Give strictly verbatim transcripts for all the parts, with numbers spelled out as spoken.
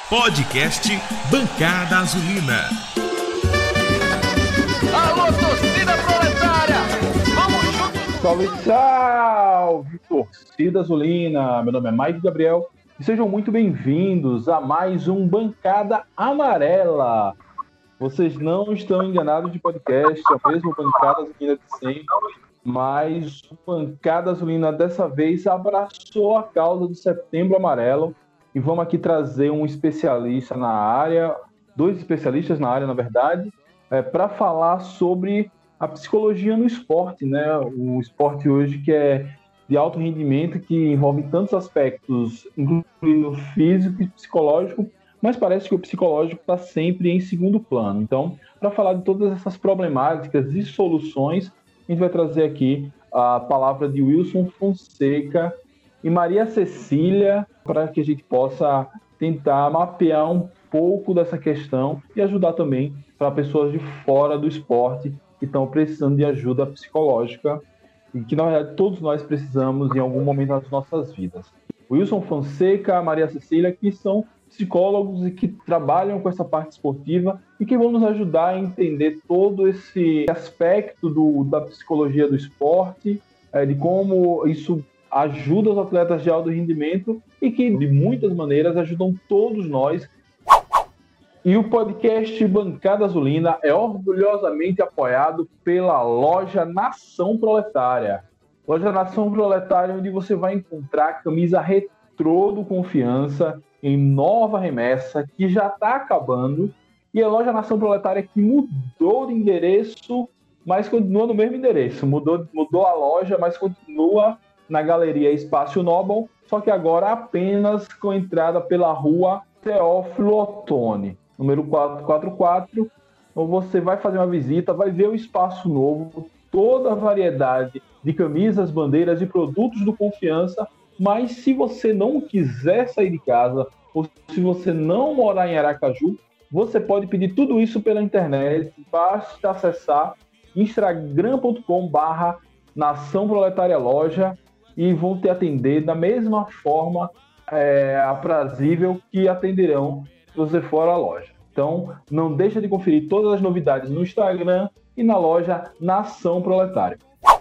Podcast Bancada Azulina. Alô, torcida proletária! Vamos juntos! Salve, salve, torcida azulina! Meu nome é Mike Gabriel e sejam muito bem-vindos a mais um Bancada Amarela. Vocês não estão enganados de podcast, é o mesmo Bancada Azulina de sempre, mas o Bancada Azulina dessa vez abraçou a causa do Setembro Amarelo e vamos aqui trazer um especialista na área, dois especialistas na área, na verdade, é, para falar sobre a psicologia no esporte, né? O esporte hoje que é de alto rendimento, que envolve tantos aspectos, incluindo físico e psicológico, mas parece que o psicológico está sempre em segundo plano. Então, para falar de todas essas problemáticas e soluções, a gente vai trazer aqui a palavra de Wilson Fonseca e Maria Cecília, para que a gente possa tentar mapear um pouco dessa questão e ajudar também para pessoas de fora do esporte que estão precisando de ajuda psicológica e que, na verdade, todos nós precisamos em algum momento das nossas vidas. Wilson Fonseca, Maria Cecília, que são psicólogos e que trabalham com essa parte esportiva e que vão nos ajudar a entender todo esse aspecto do, da psicologia do esporte, é, de como isso ajuda os atletas de alto rendimento e que, de muitas maneiras, ajudam todos nós. E o podcast Bancada Azulina é orgulhosamente apoiado pela loja Nação Proletária. Loja Nação Proletária, onde você vai encontrar a camisa retrô do Confiança em nova remessa, que já está acabando. E a loja Nação Proletária que mudou de endereço, mas continua no mesmo endereço. Mudou, mudou a loja, mas continua na Galeria Espaço Nobel, só que agora apenas com entrada pela rua Teófilo Otoni, número quatrocentos e quarenta e quatro. Então você vai fazer uma visita, vai ver o espaço novo, toda a variedade de camisas, bandeiras e produtos do Confiança. Mas se você não quiser sair de casa, ou se você não morar em Aracaju, você pode pedir tudo isso pela internet. Basta acessar instagram ponto com barra Nação Proletária Loja e vão te atender da mesma forma é, aprazível que atenderão se você for à loja. Então, não deixa de conferir todas as novidades no Instagram e na loja Nação Proletária.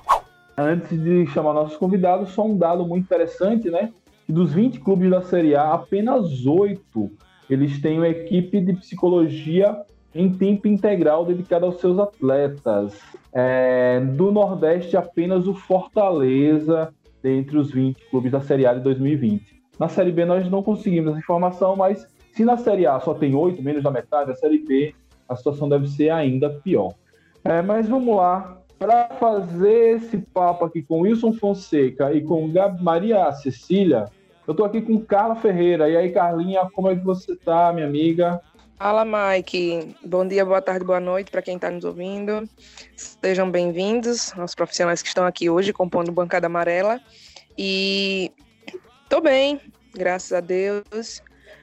Antes de chamar nossos convidados, só um dado muito interessante, né? Que dos vinte clubes da Série A, apenas oito eles têm uma equipe de psicologia em tempo integral dedicada aos seus atletas. É, do Nordeste, apenas o Fortaleza, dentre os vinte clubes da Série A de dois mil e vinte. Na Série B nós não conseguimos essa informação, mas se na Série A só tem oito, menos da metade, da Série B a situação deve ser ainda pior. É, mas vamos lá. Para fazer esse papo aqui com Wilson Fonseca e com Gab Maria Cecília, eu estou aqui com Carla Ferreira. E aí, Carlinha, como é que você está, minha amiga? Fala, Mike. Bom dia, boa tarde, boa noite para quem está nos ouvindo. Sejam bem-vindos aos profissionais que estão aqui hoje compondo Bancada Amarela. E tô bem, graças a Deus.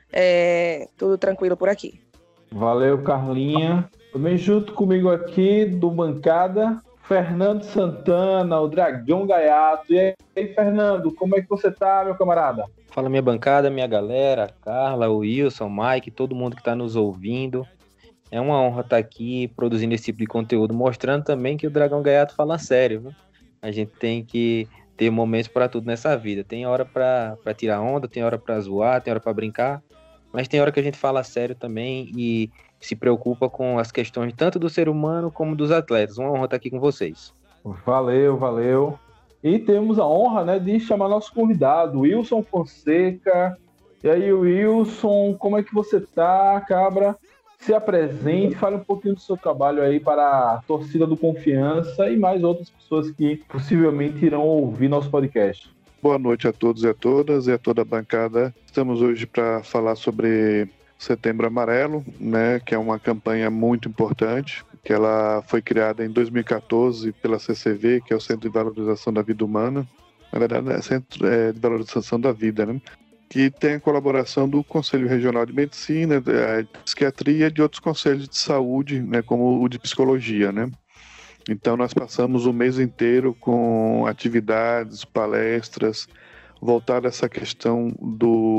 É, tudo tranquilo por aqui. Valeu, Carlinha. Também junto comigo aqui do Bancada, Fernando Santana, o Dragão Gaiato. E aí, Fernando, como é que você tá, meu camarada? Fala, minha bancada, minha galera, Carla, o Wilson, o Mike, todo mundo que está nos ouvindo. É uma honra estar aqui produzindo esse tipo de conteúdo, mostrando também que o Dragão Gaiato fala sério, viu? A gente tem que ter momentos para tudo nessa vida. Tem hora para tirar onda, tem hora para zoar, tem hora para brincar, mas tem hora que a gente fala sério também e se preocupa com as questões tanto do ser humano como dos atletas. Uma honra estar aqui com vocês. Valeu, valeu. E temos a honra, né, de chamar nosso convidado, Wilson Fonseca. E aí, Wilson, como é que você tá, cabra? Se apresente, fale um pouquinho do seu trabalho aí para a torcida do Confiança e mais outras pessoas que possivelmente irão ouvir nosso podcast. Boa noite a todos e a todas e a toda a bancada. Estamos hoje para falar sobre Setembro Amarelo, né, que é uma campanha muito importante, que ela foi criada em dois mil e catorze pela C C V, que é o Centro de Valorização da Vida Humana. Na verdade, é Centro de Valorização da Vida, né? Que tem a colaboração do Conselho Regional de Medicina, de Psiquiatria e de outros conselhos de saúde, né, como o de Psicologia, né? Então nós passamos o mês inteiro com atividades, palestras, voltada a essa questão do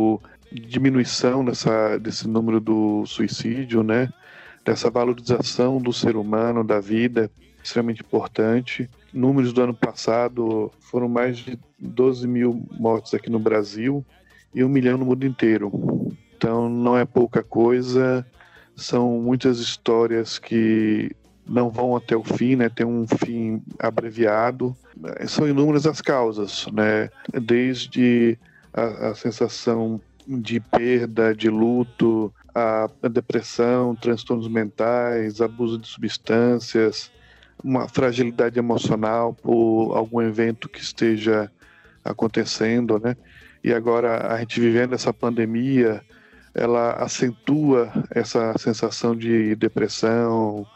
diminuição dessa, desse número do suicídio, né? Dessa valorização do ser humano, da vida, extremamente importante. Números do ano passado foram mais de doze mil mortes aqui no Brasil e um milhão no mundo inteiro. Então não é pouca coisa, são muitas histórias que não vão até o fim, né? Tem um fim abreviado. São inúmeras as causas, né? Desde a, a sensação de perda, de luto, a, a depressão, transtornos mentais, abuso de substâncias, uma fragilidade emocional por algum evento que esteja acontecendo, né? E agora a gente vivendo essa pandemia, ela acentua essa sensação de depressão,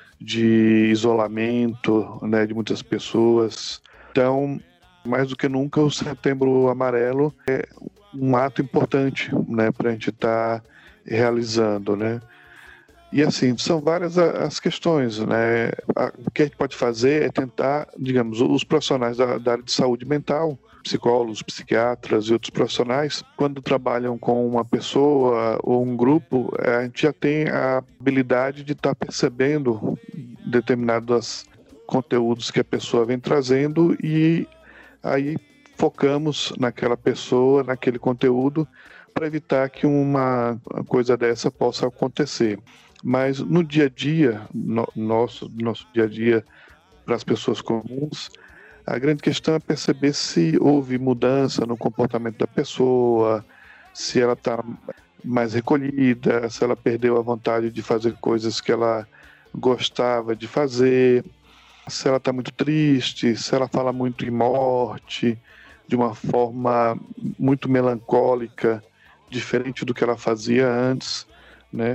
de isolamento, né, de muitas pessoas. Então, mais do que nunca, o Setembro Amarelo é um ato importante, né, para a gente estar tá realizando, né? E assim, são várias as questões, né? O que a gente pode fazer é tentar, digamos, os profissionais da, da área de saúde mental, psicólogos, psiquiatras e outros profissionais, quando trabalham com uma pessoa ou um grupo, a gente já tem a habilidade de estar tá percebendo determinados conteúdos que a pessoa vem trazendo e aí focamos naquela pessoa, naquele conteúdo, para evitar que uma coisa dessa possa acontecer. Mas no dia a dia, no nosso, nosso dia a dia, para as pessoas comuns, a grande questão é perceber se houve mudança no comportamento da pessoa, se ela está mais recolhida, se ela perdeu a vontade de fazer coisas que ela gostava de fazer, se ela está muito triste, se ela fala muito em morte, de uma forma muito melancólica, diferente do que ela fazia antes, né?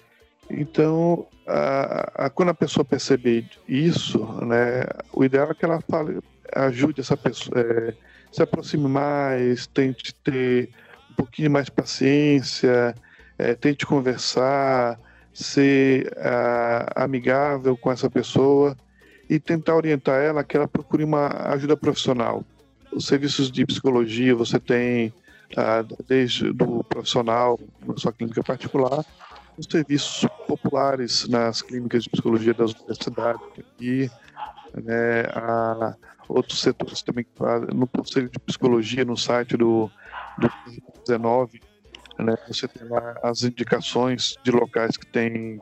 Então, a, a, quando a pessoa perceber isso, né, o ideal é que ela fale, ajude essa pessoa, é, se aproxime mais, tente ter um pouquinho mais de paciência, é, tente conversar, ser a, amigável com essa pessoa e tentar orientar ela que ela procure uma ajuda profissional. Os serviços de psicologia você tem ah, desde do profissional na sua clínica particular, os serviços populares nas clínicas de psicologia das universidades e né, a outros setores também, no Conselho de Psicologia, no site do, do dezenove, né, você tem lá as indicações de locais que tem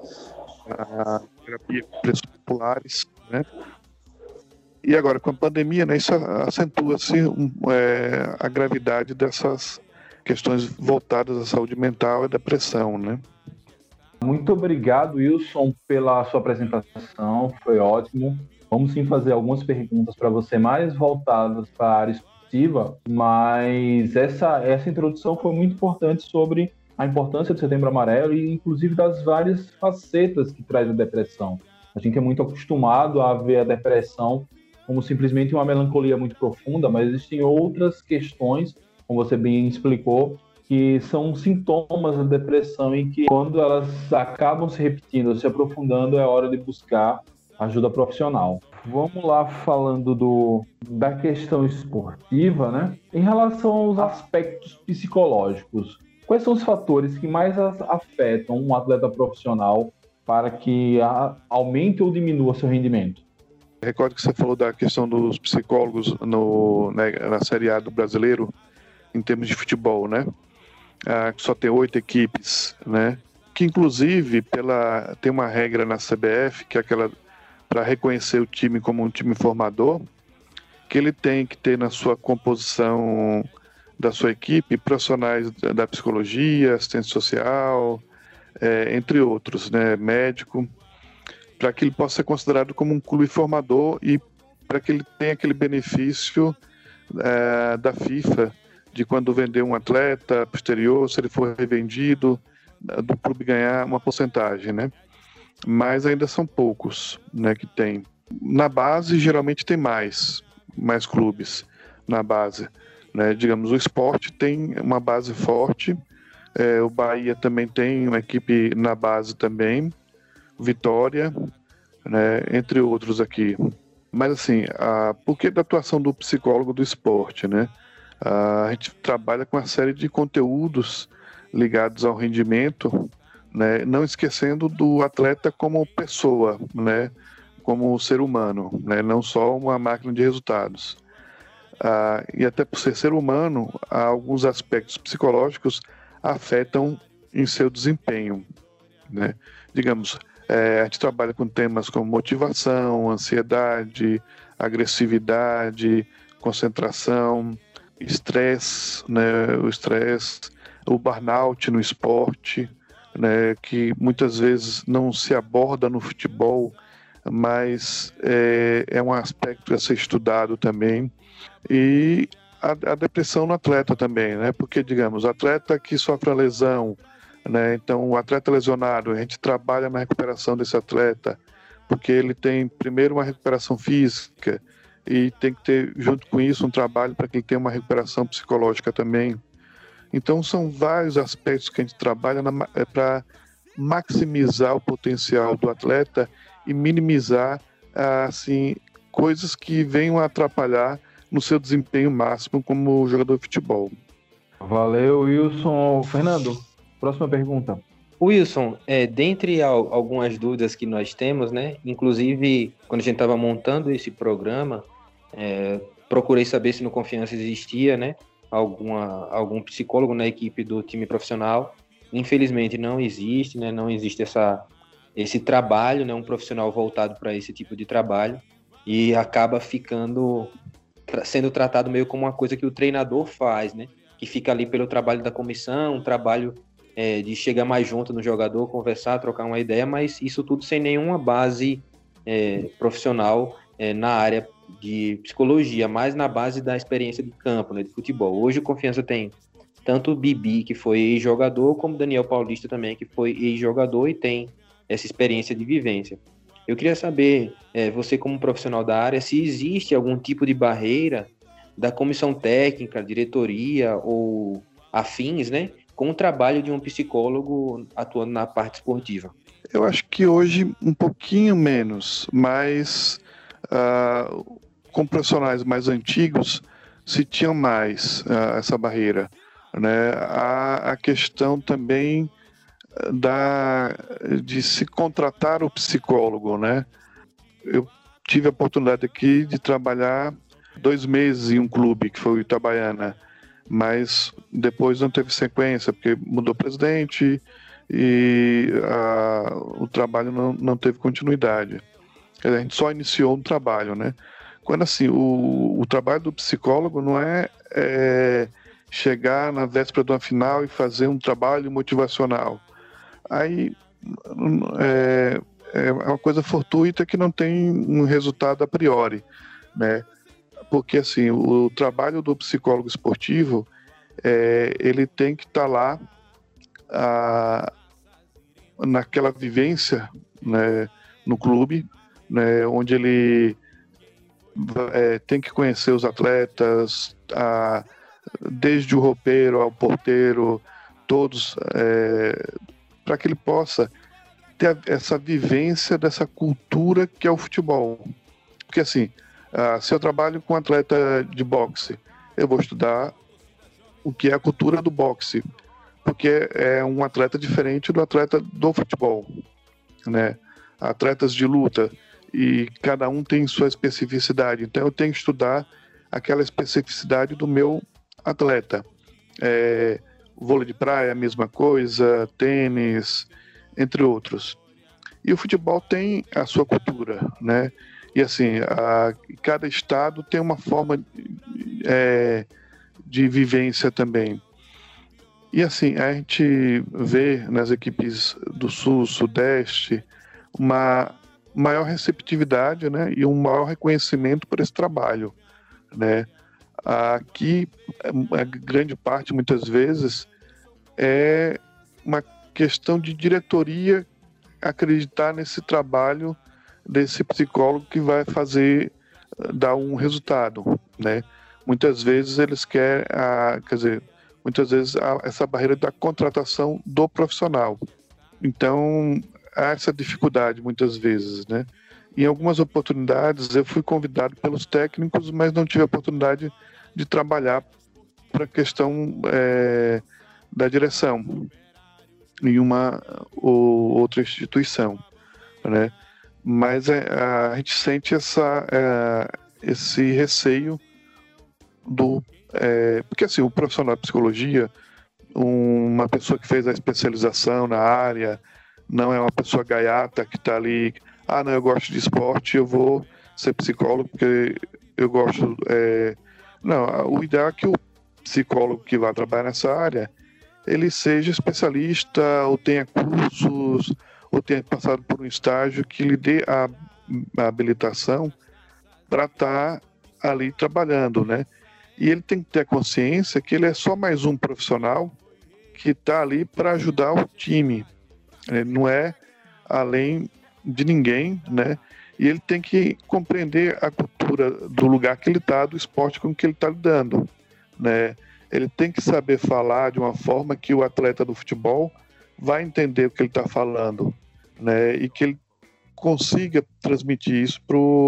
a terapia com preços populares, né? E agora, com a pandemia, né, isso acentua-se um, é, a gravidade dessas questões voltadas à saúde mental e depressão, né? Muito obrigado, Wilson, pela sua apresentação, foi ótimo. Vamos sim fazer algumas perguntas para você mais voltadas para a área esportiva, mas essa, essa introdução foi muito importante sobre a importância do Setembro Amarelo e inclusive das várias facetas que traz a depressão. A gente é muito acostumado a ver a depressão como simplesmente uma melancolia muito profunda, mas existem outras questões, como você bem explicou, que são sintomas da depressão e que, quando elas acabam se repetindo, se aprofundando, é hora de buscar ajuda profissional. Vamos lá, falando do, da questão esportiva, né? Em relação aos aspectos psicológicos, quais são os fatores que mais afetam um atleta profissional para que a, aumente ou diminua seu rendimento? Recordo que você falou da questão dos psicólogos no, né, na Série A do Brasileiro, em termos de futebol, né? Ah, que só tem oito equipes, né? Que inclusive pela, tem uma regra na C B F, que é aquela para reconhecer o time como um time formador, que ele tem que ter na sua composição da sua equipe profissionais da, da psicologia, assistente social, é, entre outros, né? Médico, para que ele possa ser considerado como um clube formador e para que ele tenha aquele benefício é, da FIFA de quando vender um atleta posterior, se ele for revendido, do clube ganhar uma porcentagem, né? Mas ainda são poucos, né, que tem. Na base, geralmente tem mais, mais clubes na base, né? Digamos, o esporte tem uma base forte, é, o Bahia também tem uma equipe na base também, Vitória, né, entre outros aqui. Mas assim, a, por que da atuação do psicólogo do esporte, né? A gente trabalha com uma série de conteúdos ligados ao rendimento, né? Não esquecendo do atleta como pessoa, né? Como ser humano, né? Não só uma máquina de resultados. Ah, e até por ser ser humano, alguns aspectos psicológicos afetam em seu desempenho, né? Digamos, é, a gente trabalha com temas como motivação, ansiedade, agressividade, concentração, estresse, né? O estresse, o burnout no esporte, né? Que muitas vezes não se aborda no futebol, mas é, é um aspecto a ser estudado também. E a, a depressão no atleta também, né? Porque, digamos, o atleta que sofre a lesão, né? Então, o atleta lesionado, a gente trabalha na recuperação desse atleta, porque ele tem, primeiro, uma recuperação física e tem que ter, junto com isso, um trabalho para que ele tenha uma recuperação psicológica também. Então, são vários aspectos que a gente trabalha é, para maximizar o potencial do atleta e minimizar, assim, coisas que venham a atrapalhar no seu desempenho máximo como jogador de futebol. Valeu, Wilson. Fernando, próxima pergunta. Wilson, é, dentre al- algumas dúvidas que nós temos, né? Inclusive, quando a gente estava montando esse programa, é, procurei saber se no Confiança existia, né? Alguma, algum psicólogo na equipe do time profissional. Infelizmente não existe, né? Não existe essa, esse trabalho, né? Um profissional voltado para esse tipo de trabalho, e acaba ficando sendo tratado meio como uma coisa que o treinador faz, né? Que fica ali pelo trabalho da comissão, um trabalho é, de chegar mais junto no jogador, conversar, trocar uma ideia, mas isso tudo sem nenhuma base é, profissional é, na área de psicologia, mais na base da experiência de campo, né, de futebol. Hoje o Confiança tem tanto o Bibi, que foi ex-jogador, como o Daniel Paulista também, que foi ex-jogador e tem essa experiência de vivência. Eu queria saber, é, você como profissional da área, se existe algum tipo de barreira da comissão técnica, diretoria ou afins, né, com o trabalho de um psicólogo atuando na parte esportiva. Eu acho que hoje um pouquinho menos, mas uh, com profissionais mais antigos se tinha mais uh, essa barreira, né? A, a questão também da, de se contratar o psicólogo, né? Eu tive a oportunidade aqui de trabalhar dois meses em um clube, que foi o Itabaiana, mas depois não teve sequência, porque mudou o presidente e a, o trabalho não, não teve continuidade. A gente só iniciou um trabalho, né? Quando assim, o, o trabalho do psicólogo não é, é chegar na véspera de uma final e fazer um trabalho motivacional. Aí é, é uma coisa fortuita que não tem um resultado a priori, né? Porque assim, o trabalho do psicólogo esportivo, é, ele tem que estar tá lá a, naquela vivência, né, no clube, né, onde ele é, tem que conhecer os atletas, a, desde o roupeiro ao porteiro, todos, é, para que ele possa ter essa vivência dessa cultura que é o futebol. Porque assim, Uh, se eu trabalho com um atleta de boxe, eu vou estudar o que é a cultura do boxe, porque é um atleta diferente do atleta do futebol, né? Atletas de luta, e cada um tem sua especificidade, então eu tenho que estudar aquela especificidade do meu atleta. É, vôlei de praia, a mesma coisa, tênis, entre outros. E o futebol tem a sua cultura, né? E assim, a, cada estado tem uma forma é, de vivência também. E assim, a gente vê nas equipes do Sul, Sudeste, uma maior receptividade, né, e um maior reconhecimento por esse trabalho, né? Aqui, a grande parte, muitas vezes, é uma questão de diretoria acreditar nesse trabalho desse psicólogo que vai fazer dar um resultado, né? Muitas vezes eles querem, a, quer dizer, muitas vezes há essa barreira da contratação do profissional. Então, há essa dificuldade muitas vezes, né? Em algumas oportunidades eu fui convidado pelos técnicos, mas não tive a oportunidade de trabalhar para a questão é, da direção em uma ou outra instituição, né? Mas é, a gente sente essa, é, esse receio do... É, porque assim, o profissional de psicologia, uma pessoa que fez a especialização na área, não é uma pessoa gaiata que está ali, ah, não, eu gosto de esporte, eu vou ser psicólogo porque eu gosto... É... Não, o ideal é que o psicólogo que vai trabalhar nessa área, ele seja especialista, ou tenha cursos, ou tenha passado por um estágio que lhe dê a, a habilitação para estar tá ali trabalhando, né? E ele tem que ter consciência que ele é só mais um profissional que está ali para ajudar o time. Ele não é além de ninguém, né? E ele tem que compreender a cultura do lugar que ele está, do esporte com que ele está lidando, né? Ele tem que saber falar de uma forma que o atleta do futebol vai entender o que ele está falando, né? E que ele consiga transmitir isso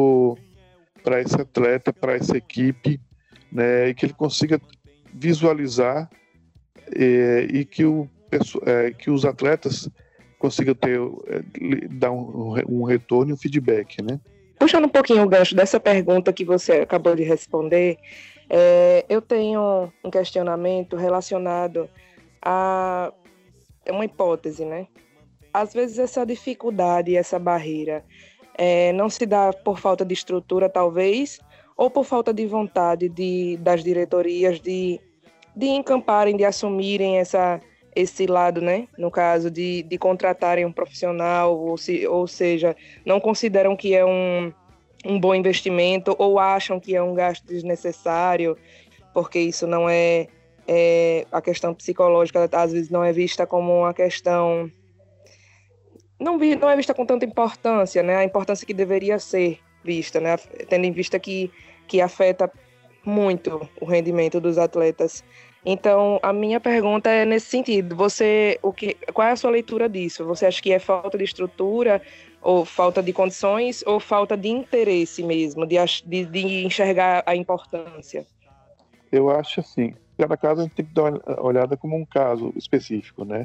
para esse atleta, para essa equipe, né? E que ele consiga visualizar é, e que, o, é, que os atletas consigam ter, é, dar um, um retorno e um feedback, né? Puxando um pouquinho o gancho dessa pergunta que você acabou de responder, é, eu tenho um questionamento relacionado a uma hipótese, né? Às vezes essa dificuldade, essa barreira, é, não se dá por falta de estrutura, talvez, ou por falta de vontade de, das diretorias de, de encamparem, de assumirem essa, esse lado, né? No caso de, de contratarem um profissional, ou, se, ou seja, não consideram que é um, um bom investimento ou acham que é um gasto desnecessário, porque isso não é, é a questão psicológica, às vezes não é vista como uma questão, não, vi, não é vista com tanta importância, né? A importância que deveria ser vista, né? Tendo em vista que, que afeta muito o rendimento dos atletas. Então, a minha pergunta é nesse sentido. Você, o que, qual é a sua leitura disso? Você acha que é falta de estrutura, ou falta de condições, ou falta de interesse mesmo, de, de, de enxergar a importância? Eu acho assim, cada caso a gente tem que dar uma olhada como um caso específico, né?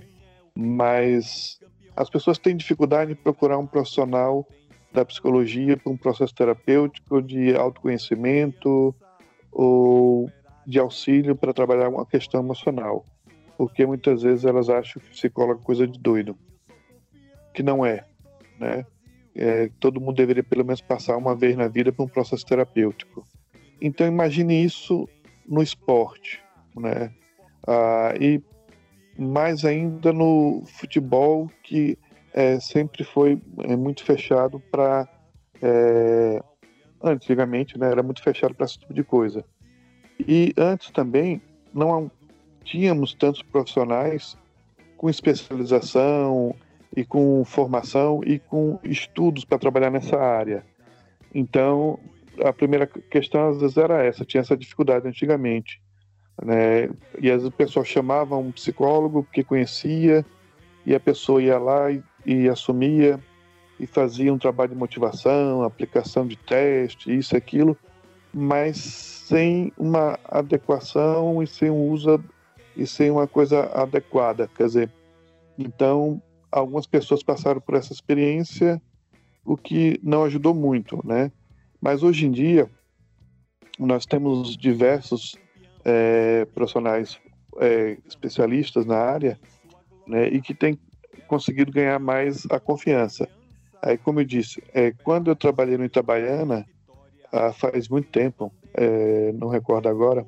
Mas as pessoas têm dificuldade em procurar um profissional da psicologia para um processo terapêutico, de autoconhecimento ou de auxílio para trabalhar uma questão emocional, porque muitas vezes elas acham que psicólogo é coisa de doido, que não é, né? É, todo mundo deveria pelo menos passar uma vez na vida por um processo terapêutico. Então imagine isso no esporte, né? Ah, e mais ainda no futebol, que é, sempre foi é, muito fechado para é, antigamente, né, era muito fechado para esse tipo de coisa. E antes também não tínhamos tantos profissionais com especialização e com formação e com estudos para trabalhar nessa área. Então, a primeira questão às vezes era essa, tinha essa dificuldade antigamente, né? E às vezes o pessoal chamava um psicólogo que conhecia e a pessoa ia lá e, e assumia e fazia um trabalho de motivação, aplicação de teste, isso e aquilo, mas sem uma adequação e sem um uso e sem uma coisa adequada. Quer dizer, então algumas pessoas passaram por essa experiência, o que não ajudou muito, né? Mas hoje em dia nós temos diversos é, profissionais é, especialistas na área, né, e que têm conseguido ganhar mais a confiança. Aí, como eu disse, é, quando eu trabalhei no Itabaiana, ah, faz muito tempo, é, não recordo agora,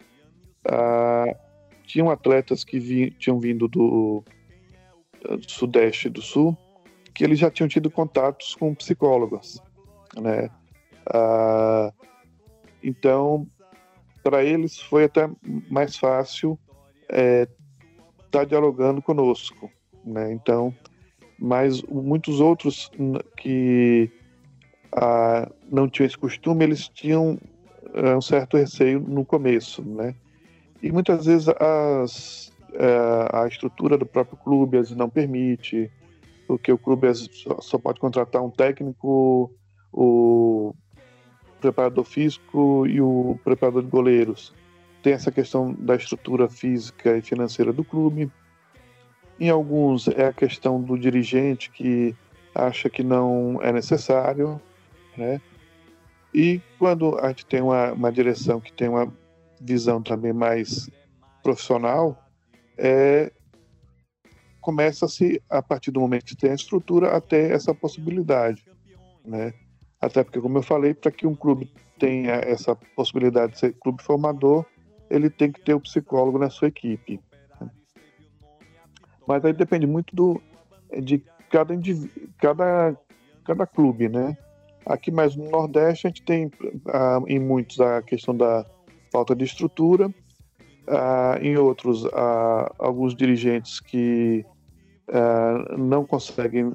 ah, tinham atletas que vi, tinham vindo do, do Sudeste e do Sul, que eles já tinham tido contatos com psicólogos, né? Ah, então, para eles foi até mais fácil é, estar dialogando conosco, né? Então, mas muitos outros que ah, não tinham esse costume, eles tinham ah, um certo receio no começo, né? E muitas vezes as, ah, a estrutura do próprio clube às vezes não permite, porque o clube às vezes só, só pode contratar um técnico, o preparador físico e o preparador de goleiros. tem essa questão da estrutura física e financeira do clube. Em alguns é a questão do dirigente que acha que não é necessário, né? E quando a gente tem uma, uma direção que tem uma visão também mais profissional, é, começa-se, a partir do momento que tem a estrutura, a ter essa possibilidade, né? Até porque, como eu falei, para que um clube tenha essa possibilidade de ser clube formador, ele tem que ter o psicólogo na sua equipe. Mas aí depende muito do, de cada, cada, cada clube, né? Aqui mais no Nordeste a gente tem ah, em muitos a questão da falta de estrutura, ah, em outros ah, alguns dirigentes que ah, não conseguem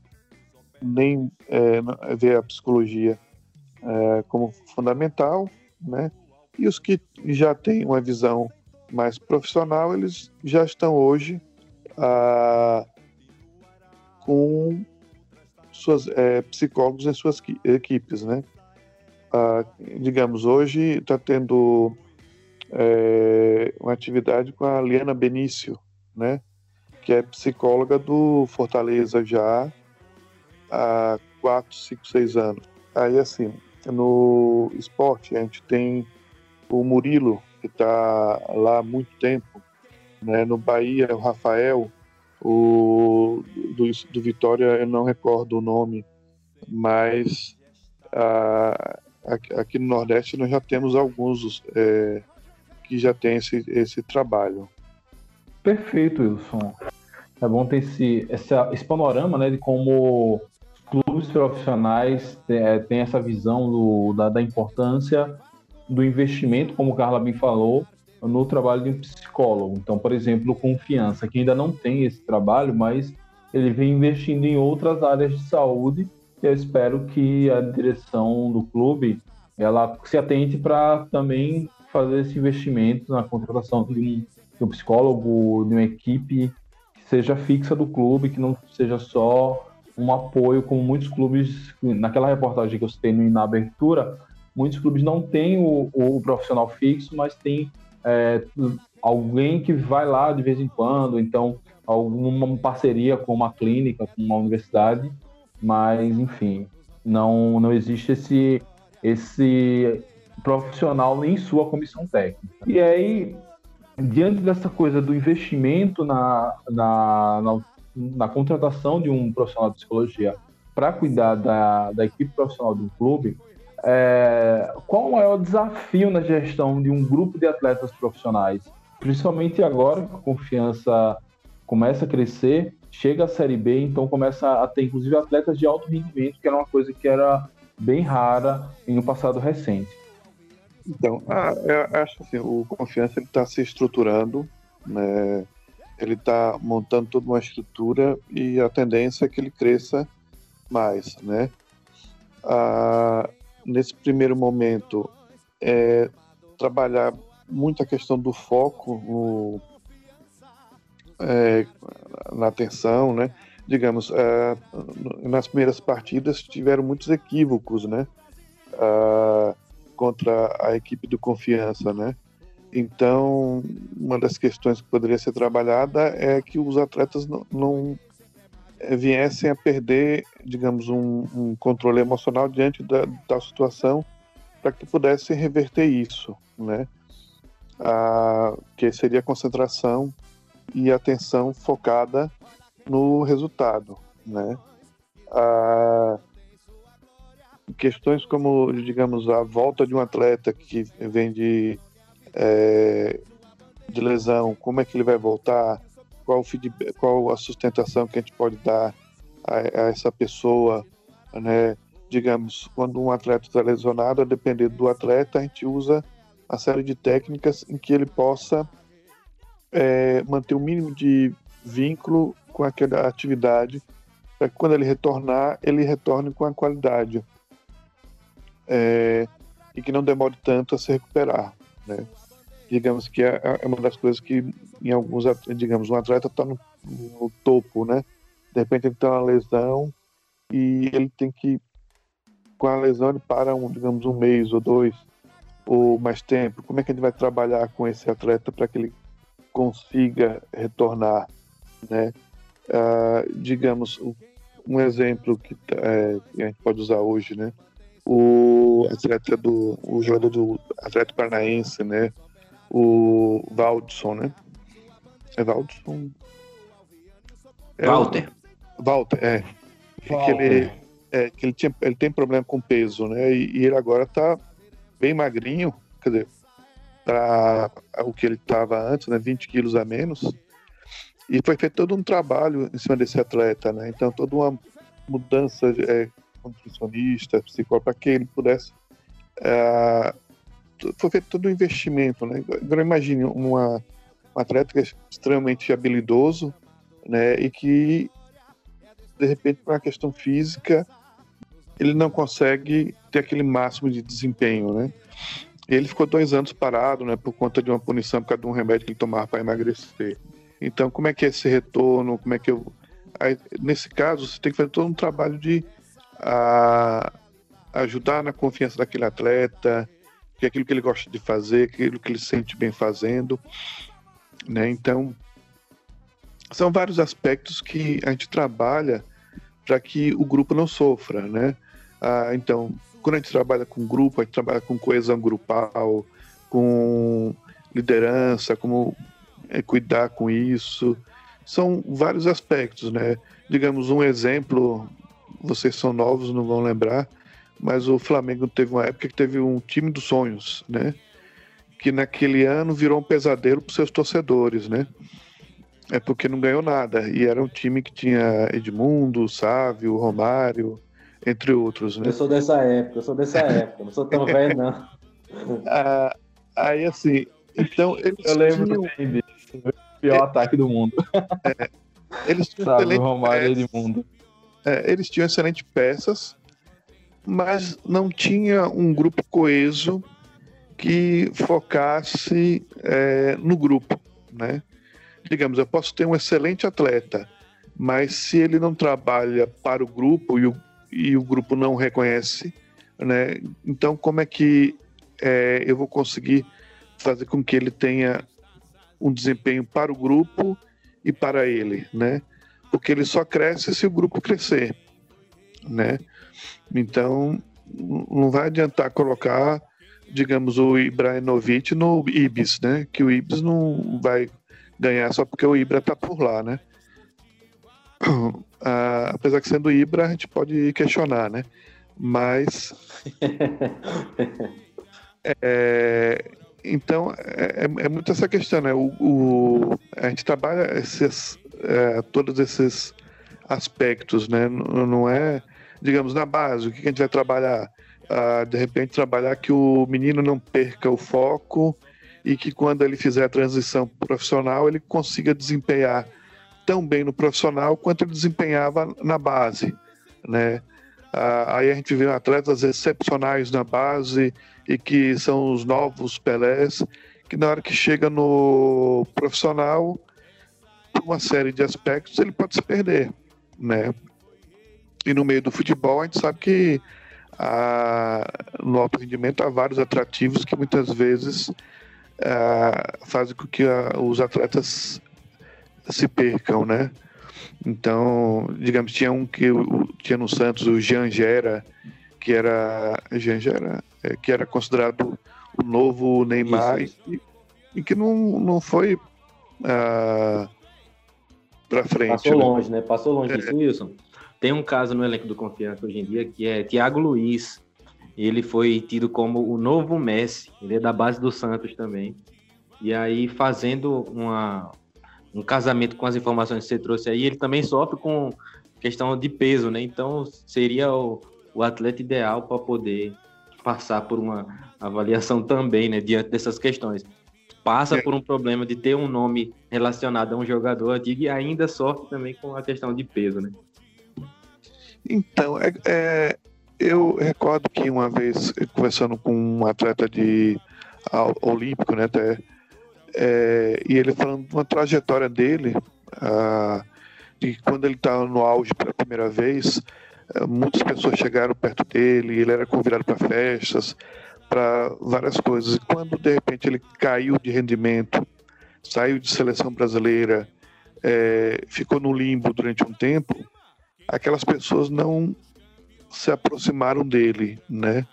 nem é, ver a psicologia é, como fundamental, né? E os que já têm uma visão mais profissional, eles já estão hoje ah, com suas é, psicólogos em suas equipes, né? Ah, digamos, hoje está tendo é, uma atividade com a Liana Benício, né? Que é psicóloga do Fortaleza já há quatro, cinco, seis anos. Aí, assim, no esporte, a gente tem o Murilo, que está lá há muito tempo, né? No Bahia, o Rafael, o do, do Vitória, eu não recordo o nome, mas ah, aqui no Nordeste nós já temos alguns é, que já têm esse, esse trabalho. Perfeito, Wilson. É bom ter esse, essa, esse panorama, né, de como clubes profissionais têm essa visão do, da, da importância do investimento, como o Carla bem falou, no trabalho de um psicólogo. Então, por exemplo, o Confiança, que ainda não tem esse trabalho, mas ele vem investindo em outras áreas de saúde, e eu espero que a direção do clube ela se atente para também fazer esse investimento na contratação de um, de um psicólogo, de uma equipe que seja fixa do clube, que não seja só um apoio, como muitos clubes, naquela reportagem que eu citei na abertura, muitos clubes não têm o, o profissional fixo, mas tem é, alguém que vai lá de vez em quando, então alguma parceria com uma clínica, com uma universidade, mas enfim, não, não existe esse, esse profissional em sua comissão técnica. E aí, diante dessa coisa do investimento na, na, na, na contratação de um profissional de psicologia para cuidar da, da equipe profissional do clube, é, qual o maior desafio na gestão de um grupo de atletas profissionais? Principalmente agora que a Confiança começa a crescer, chega à Série B, então começa a ter inclusive atletas de alto rendimento, que era uma coisa que era bem rara em um passado recente. Então, ah, eu acho assim, o Confiança está se estruturando, né? Ele está montando toda uma estrutura e a tendência é que ele cresça mais, né? Ah, nesse primeiro momento, é trabalhar muito a questão do foco no, é, na atenção, né? Digamos, é, nas primeiras partidas tiveram muitos equívocos, né? Ah, contra a equipe do Confiança, né? Então, uma das questões que poderia ser trabalhada é que os atletas não, não viessem a perder, digamos, um, um controle emocional diante da, da situação, para que pudessem reverter isso, né? Ah, que seria a concentração e atenção focada no resultado, né? Ah, questões como, digamos, a volta de um atleta que vem de, é, de lesão, como é que ele vai voltar, qual, o feedback, qual a sustentação que a gente pode dar a, a essa pessoa, né? Digamos, quando um atleta está lesionado, a depender do atleta, a gente usa a série de técnicas em que ele possa é, manter o mínimo de vínculo com aquela atividade, para que quando ele retornar, ele retorne com a qualidade. É, e que não demore tanto a se recuperar, né? Digamos que é, é uma das coisas que em alguns, digamos, um atleta está no, no topo, né? De repente ele tem uma lesão e ele tem que, com a lesão ele para um, digamos, um mês ou dois, ou mais tempo? Como é que a gente vai trabalhar com esse atleta para que ele consiga retornar, né? Ah, digamos, um exemplo que, é, que a gente pode usar hoje, né? O atleta do, o jogador do Atlético Paranaense, né? O Valdson, né? É Valdson? É Walter. O, Walter, é. Walter. Que ele, é, que ele, tinha, ele tem problema com peso, né? E, e ele agora tá bem magrinho, quer dizer, para o que ele estava antes, né? vinte quilos a menos. E foi feito todo um trabalho em cima desse atleta, né? Então, toda uma mudança é, nutricionista, psicólogo, para que ele pudesse... É, foi feito todo um investimento, né? Agora, imagine uma, um atleta que é extremamente habilidoso, né? E que, de repente, por uma questão física, ele não consegue ter aquele máximo de desempenho, né? Ele ficou dois anos parado, né? Por conta de uma punição, por causa de um remédio que ele tomava para emagrecer. Então, como é que é esse retorno? Como é que eu... Aí, nesse caso, você tem que fazer todo um trabalho de a, ajudar na confiança daquele atleta, que é aquilo que ele gosta de fazer, aquilo que ele se sente bem fazendo, né? Então, são vários aspectos que a gente trabalha para que o grupo não sofra, né? Ah, então, quando a gente trabalha com grupo, a gente trabalha com coesão grupal, com liderança, como é, cuidar com isso. São vários aspectos, né? Digamos, um exemplo, vocês são novos, não vão lembrar, mas o Flamengo teve uma época que teve um time dos sonhos, né? Que naquele ano virou um pesadelo para os seus torcedores, né? É porque não ganhou nada. E era um time que tinha Edmundo, Sávio, Romário, entre outros, né? Eu sou dessa época, eu sou dessa época, não sou tão velho, não. Ah, aí, assim, então... Eles Eu lembro tinham... bem disso. O pior é... ataque do mundo. É, eles tinham Sabe, excelente Romário peças, Edmundo. é, eles tinham excelentes peças, mas não tinha um grupo coeso que focasse é, no grupo, né? Digamos, eu posso ter um excelente atleta, mas se ele não trabalha para o grupo e o, e o grupo não reconhece, né? Então como é que é, eu vou conseguir fazer com que ele tenha um desempenho para o grupo e para ele, né? Porque ele só cresce se o grupo crescer, né? Então não vai adiantar colocar, digamos, o Ibrahimovic no Ibis, né? Que o Ibis não vai ganhar só porque o Ibra está por lá, né? Ah, apesar que sendo Ibra a gente pode questionar, né? Mas é, então é, é muito essa questão, né? O, o, a gente trabalha esses, é, todos esses aspectos, né? Não, não é, digamos, na base, o que a gente vai trabalhar? Ah, de repente trabalhar que o menino não perca o foco e que quando ele fizer a transição profissional ele consiga desempenhar tão bem no profissional quanto ele desempenhava na base, né? Ah, aí a gente vê atletas excepcionais na base e que são os novos Pelés, que na hora que chega no profissional, por uma série de aspectos, ele pode se perder, né? E no meio do futebol a gente sabe que ah, no alto rendimento há vários atrativos que muitas vezes Uh, fazem com que uh, os atletas se percam, né? Então, digamos, tinha um que o, tinha no Santos o Jean Gera, que era Jean Gera, é, que era considerado o novo Neymar isso, isso. E, e que não, não foi uh, para frente. Passou né? longe, né? Passou longe disso, é. Wilson. Tem um caso no elenco do Confiança hoje em dia que é Thiago Luiz. Ele foi tido como o novo Messi, ele é da base do Santos também. E aí, fazendo uma, um casamento com as informações que você trouxe aí, ele também sofre com questão de peso, né? Então, seria o, o atleta ideal para poder passar por uma avaliação também, né? Diante dessas questões. Passa é. por um problema de ter um nome relacionado a um jogador antigo e ainda sofre também com a questão de peso, né? Então, é... é... eu recordo que uma vez, conversando com um atleta de olímpico, né, até, é, e ele falando de uma trajetória dele, ah, de quando ele estava no auge pela primeira vez, muitas pessoas chegaram perto dele, ele era convidado para festas, para várias coisas. E quando, de repente, ele caiu de rendimento, saiu de seleção brasileira, é, ficou no limbo durante um tempo, aquelas pessoas não se aproximaram dele, né?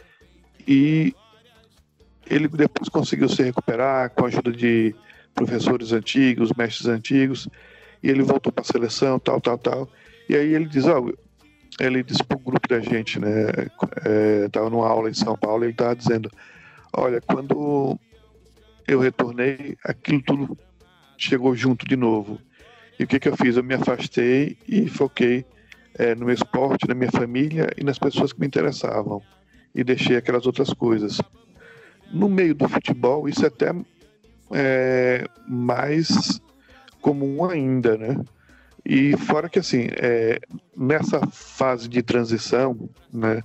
E ele depois conseguiu se recuperar com a ajuda de professores antigos, mestres antigos, e ele voltou para a seleção, tal, tal, tal. E aí ele diz, ó, ele disse para o grupo da gente, né? Estava é, numa aula em São Paulo, ele estava dizendo, olha, quando eu retornei, aquilo tudo chegou junto de novo. E o que, que eu fiz? Eu me afastei e foquei é, no meu esporte, na minha família e nas pessoas que me interessavam. E deixei aquelas outras coisas. No meio do futebol, isso é até é, mais comum ainda, né? E fora que, assim, é, nessa fase de transição, né,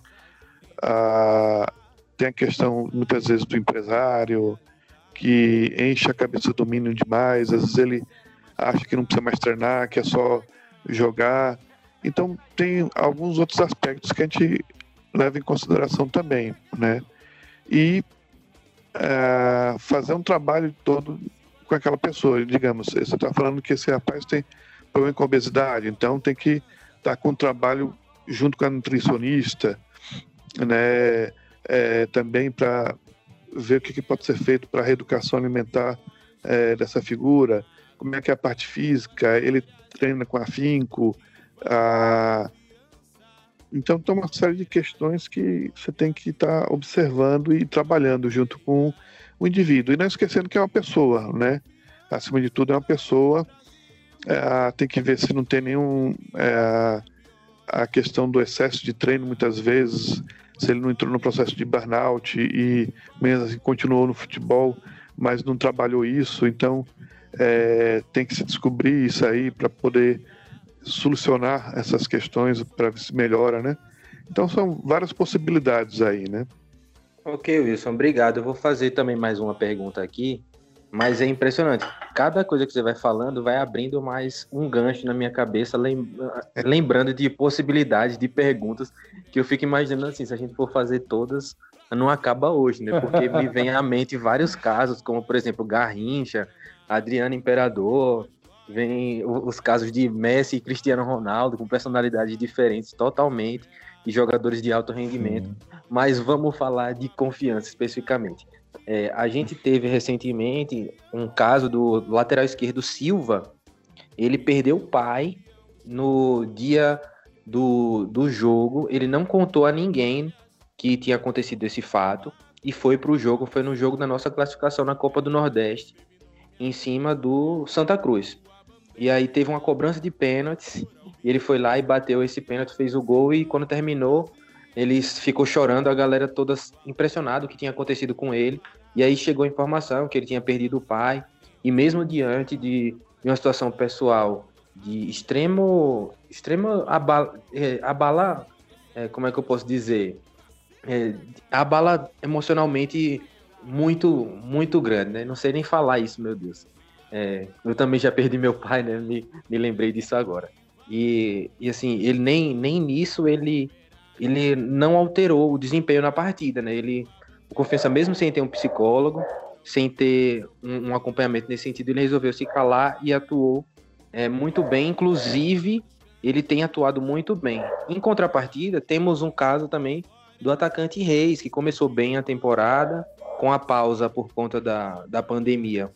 a, tem a questão, muitas vezes, do empresário, que enche a cabeça do menino demais, às vezes ele acha que não precisa mais treinar, que é só jogar. Então, tem alguns outros aspectos que a gente leva em consideração também, né? E é, fazer um trabalho todo com aquela pessoa. Digamos, você está falando que esse rapaz tem problema com obesidade, então tem que estar com o trabalho junto com a nutricionista, né? É, também para ver o que, que pode ser feito para a reeducação alimentar é, dessa figura, como é que é a parte física, ele treina com afinco, a... então tem uma série de questões que você tem que estar tá observando e trabalhando junto com o indivíduo, e não esquecendo que é uma pessoa, né? Acima de tudo é uma pessoa, é, tem que ver se não tem nenhum é, a questão do excesso de treino muitas vezes, se ele não entrou no processo de burnout e mesmo assim continuou no futebol, mas não trabalhou isso, então é, tem que se descobrir isso aí para poder solucionar essas questões para ver se melhora, né? Então são várias possibilidades aí, né? Ok, Wilson, obrigado. Eu vou fazer também mais uma pergunta aqui, mas é impressionante. Cada coisa que você vai falando vai abrindo mais um gancho na minha cabeça, lembrando de possibilidades de perguntas que eu fico imaginando assim, se a gente for fazer todas, não acaba hoje, né? Porque me vem à mente vários casos, como por exemplo, Garrincha, Adriano Imperador, vem os casos de Messi e Cristiano Ronaldo, com personalidades diferentes totalmente, e jogadores de alto rendimento. Sim. Mas vamos falar de confiança especificamente. É, a gente teve recentemente um caso do lateral esquerdo Silva. Ele perdeu o pai no dia do, do jogo, ele não contou a ninguém que tinha acontecido esse fato, e foi para o jogo, foi no jogo da nossa classificação na Copa do Nordeste, em cima do Santa Cruz. E aí teve uma cobrança de pênaltis, e ele foi lá e bateu esse pênalti, fez o gol, e quando terminou, ele ficou chorando, a galera toda impressionada o que tinha acontecido com ele, e aí chegou a informação que ele tinha perdido o pai, e mesmo diante de, de uma situação pessoal de extremo, extremo abala, é, abala é, como é que eu posso dizer, é, abala emocionalmente muito, muito grande, né? Não sei nem falar isso, meu Deus. É, eu também já perdi meu pai, né? Me, me lembrei disso agora. E, e assim, ele nem, nem nisso ele, ele não alterou o desempenho na partida, né? Ele, o Confiança, mesmo sem ter um psicólogo, sem ter um, um acompanhamento nesse sentido, ele resolveu se calar e atuou é, muito bem. Inclusive, ele tem atuado muito bem. Em contrapartida, temos um caso também do atacante Reis, que começou bem a temporada, com a pausa por conta da, da pandemia.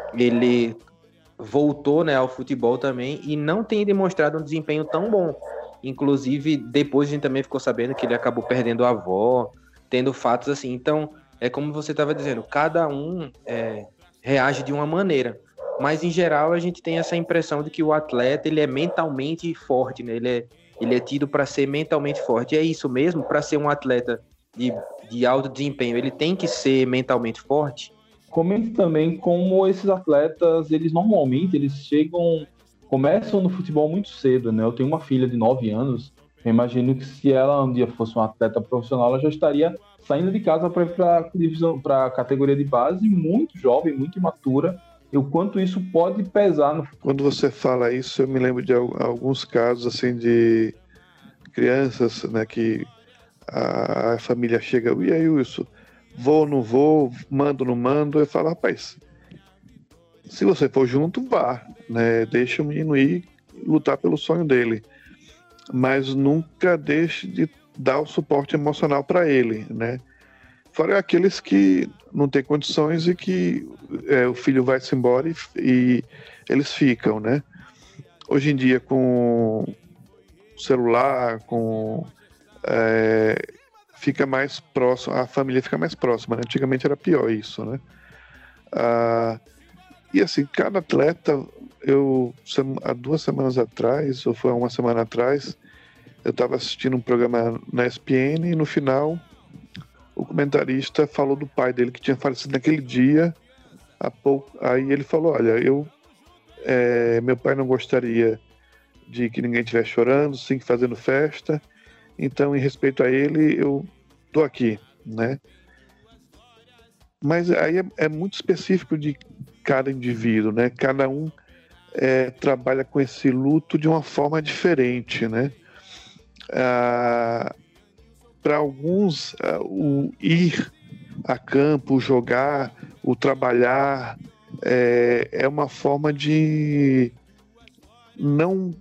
Ele voltou, né, ao futebol também e não tem demonstrado um desempenho tão bom. Inclusive, depois a gente também ficou sabendo que ele acabou perdendo a avó, tendo fatos assim. Então, é como você estava dizendo, cada um é, reage de uma maneira. Mas, em geral, a gente tem essa impressão de que o atleta ele é mentalmente forte, né? Ele é, ele é tido para ser mentalmente forte. E é isso mesmo, para ser um atleta de, de alto desempenho, ele tem que ser mentalmente forte? Comente também como esses atletas, eles normalmente eles chegam, começam no futebol muito cedo, né? Eu tenho uma filha de nove anos, eu imagino que se ela um dia fosse uma atleta profissional, ela já estaria saindo de casa para ir para divisão, para a categoria de base, muito jovem, muito imatura, e o quanto isso pode pesar no futuro. Quando você fala isso, eu me lembro de alguns casos assim de crianças, né, que a família chega, e aí, Wilson, vou, não vou, mando, não mando. Eu falo, rapaz, se você for junto, vá, né? Deixa o menino ir lutar pelo sonho dele. Mas nunca deixe de dar o suporte emocional para ele, né? Fora aqueles que não têm condições e que é, o filho vai se embora e, e eles ficam, né? Hoje em dia, com celular, com é, fica mais próximo, a família fica mais próxima, né? Antigamente era pior isso, né? Ah, e assim, cada atleta, eu há duas semanas atrás, ou foi há uma semana atrás, eu estava assistindo um programa na E S P N e no final o comentarista falou do pai dele que tinha falecido naquele dia. Há pouco, aí ele falou, olha, eu é, meu pai não gostaria de que ninguém estivesse chorando, sim, fazendo festa, então em respeito a ele eu tô aqui, né? Mas aí é, é muito específico de cada indivíduo, né? Cada um é, trabalha com esse luto de uma forma diferente, né? Ah, para alguns, ah, o ir a campo, o jogar, o trabalhar é, é uma forma de não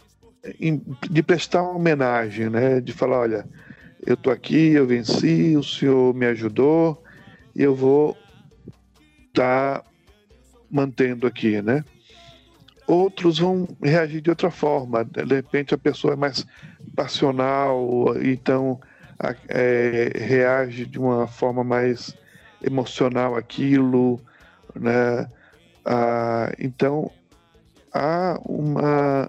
de prestar uma homenagem, né? De falar, olha, eu tô aqui, eu venci, o senhor me ajudou e eu vou estar tá mantendo aqui, né? Outros vão reagir de outra forma. De repente a pessoa é mais passional, então é, reage de uma forma mais emocional àquilo, né? Ah, então há uma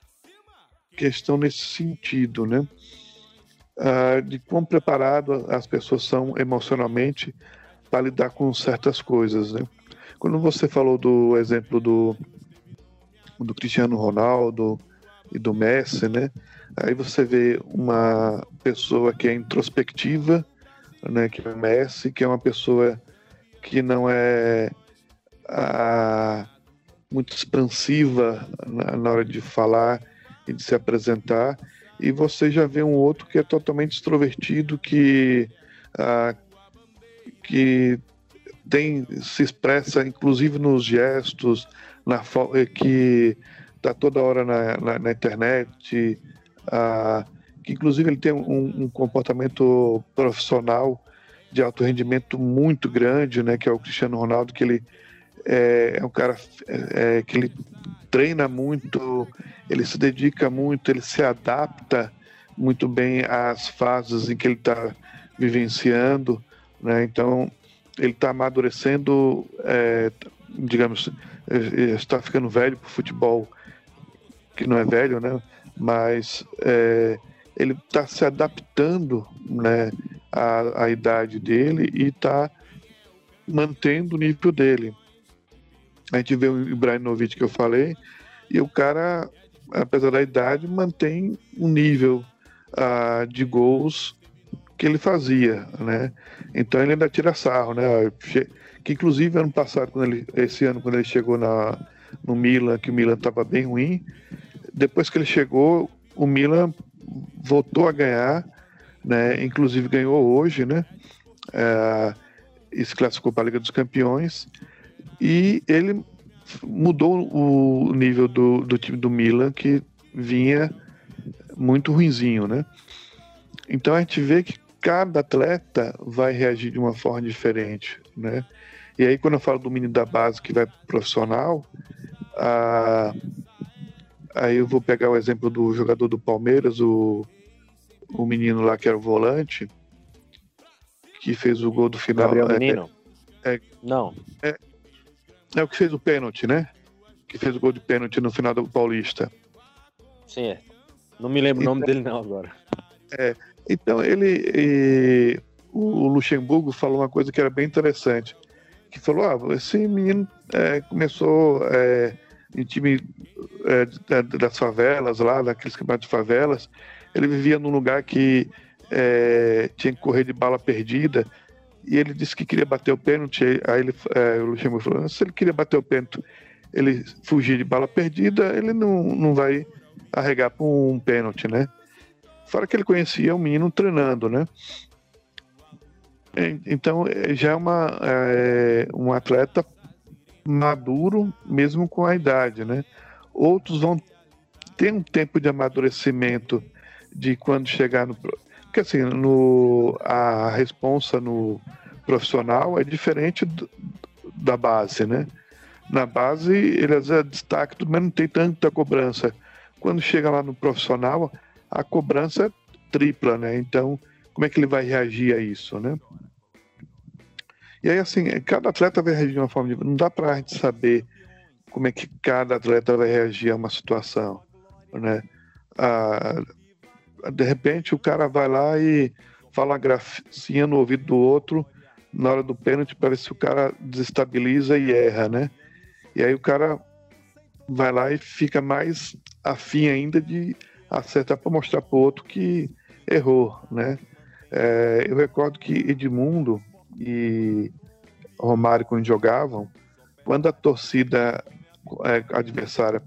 questão nesse sentido, né? Ah, de quão preparado as pessoas são emocionalmente para lidar com certas coisas, né? Quando você falou do exemplo do do Cristiano Ronaldo e do Messi, né? Aí você vê uma pessoa que é introspectiva, né? Que é o Messi, que é uma pessoa que não é a, muito expansiva na, na hora de falar e de se apresentar, e você já vê um outro que é totalmente extrovertido, que a, que tem, se expressa inclusive nos gestos, na, que está toda hora na, na, na internet, ah, que inclusive ele tem um, um comportamento profissional de alto rendimento muito grande, né, que é o Cristiano Ronaldo, que ele é, é um cara é, que ele treina muito, ele se dedica muito, ele se adapta muito bem às fases em que ele está vivenciando, né, então ele está amadurecendo, é, digamos, está ficando velho para o futebol, que não é velho, né? Mas é, ele está se adaptando, né, à, à idade dele e está mantendo o nível dele. A gente vê o Ibrahimovic que eu falei, e o cara, apesar da idade, mantém um nível uh, de gols que ele fazia, né? Então ele ainda tira sarro, né? Que inclusive ano passado, quando ele, esse ano, quando ele chegou na, no Milan, que o Milan estava bem ruim, depois que ele chegou, o Milan voltou a ganhar, né? Inclusive ganhou hoje, né? É, e se classificou para a Liga dos Campeões, e ele mudou o nível do, do time do Milan, que vinha muito ruinzinho, né? Então a gente vê que cada atleta vai reagir de uma forma diferente, né? E aí quando eu falo do menino da base que vai pro profissional, ah, aí eu vou pegar o exemplo do jogador do Palmeiras, o, o menino lá que era o volante, que fez o gol do final. Gabriel Menino? É, é, Não. É, é o que fez o pênalti, né? Que fez o gol de pênalti no final do Paulista. Sim, é. Não me lembro então, o nome dele não agora. É, então ele... E, o Luxemburgo falou uma coisa que era bem interessante, que falou, ah, esse menino é, começou é, em time é, das favelas lá, daqueles campeonatos de favelas, ele vivia num lugar que é, tinha que correr de bala perdida, e ele disse que queria bater o pênalti. Aí ele, é, o Luxemburgo falou, se ele queria bater o pênalti, ele fugir de bala perdida, ele não, não vai arregar para um pênalti, né? Fora que ele conhecia o menino treinando, né? Então, já é uma, é, um atleta maduro, mesmo com a idade, né? Outros vão ter um tempo de amadurecimento de quando chegar no... Porque, assim, no, a responsa no profissional é diferente do, da base, né? Na base, ele às vezes é destaque, mas não tem tanta cobrança. Quando chega lá no profissional, a cobrança é tripla, né? Então, como é que ele vai reagir a isso, né? E aí, assim, cada atleta vai reagir de uma forma diferente. Não dá pra gente saber como é que cada atleta vai reagir a uma situação, né? Ah, de repente, o cara vai lá e fala uma gracinha no ouvido do outro na hora do pênalti para ver se o cara desestabiliza e erra, né? E aí o cara vai lá e fica mais afim ainda de acertar para mostrar para o outro que errou, né? É, eu recordo que Edmundo e Romário, quando jogavam, quando a torcida é, adversária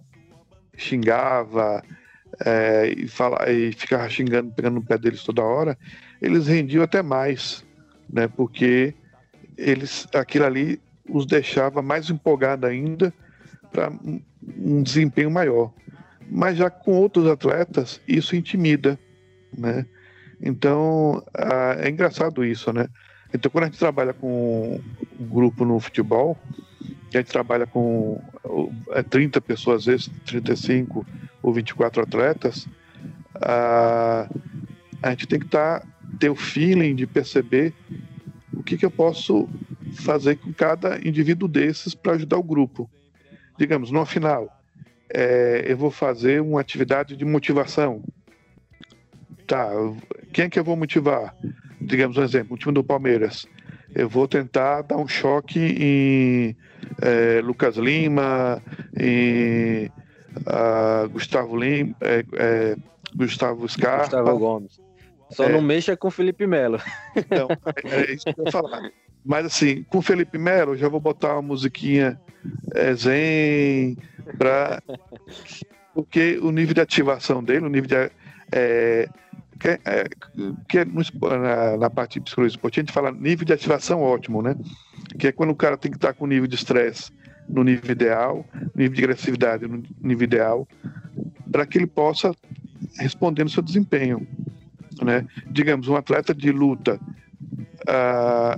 xingava é, e, fala, e ficava xingando, pegando no pé deles toda hora, eles rendiam até mais, né? Porque eles, aquilo ali os deixava mais empolgados ainda para um desempenho maior. Mas já com outros atletas, isso intimida, né? Então, é engraçado isso, né? Então, quando a gente trabalha com um grupo no futebol, a gente trabalha com trinta pessoas, às vezes trinta e cinco ou vinte e quatro atletas, a, a gente tem que tá, ter o feeling de perceber o que, que eu posso fazer com cada indivíduo desses para ajudar o grupo. Digamos, no final, é, eu vou fazer uma atividade de motivação. Tá, quem é que eu vou motivar? Digamos um exemplo, o time do Palmeiras. Eu vou tentar dar um choque em é, Lucas Lima, em uh, Gustavo Lima, é, é, Gustavo Scarpa. Gustavo Gomes. Só é, não mexa com Felipe Melo. Então, é, é isso que eu ia falar. Mas assim, com Felipe Melo, já vou botar uma musiquinha é, zen, pra... porque o nível de ativação dele, o nível de... É, que, é, que é no, na, na parte de psicologia esportiva, a gente fala nível de ativação ótimo, né? Que é quando o cara tem que estar com nível de estresse no nível ideal, nível de agressividade no nível ideal, para que ele possa responder no seu desempenho, né? Digamos, um atleta de luta, ah,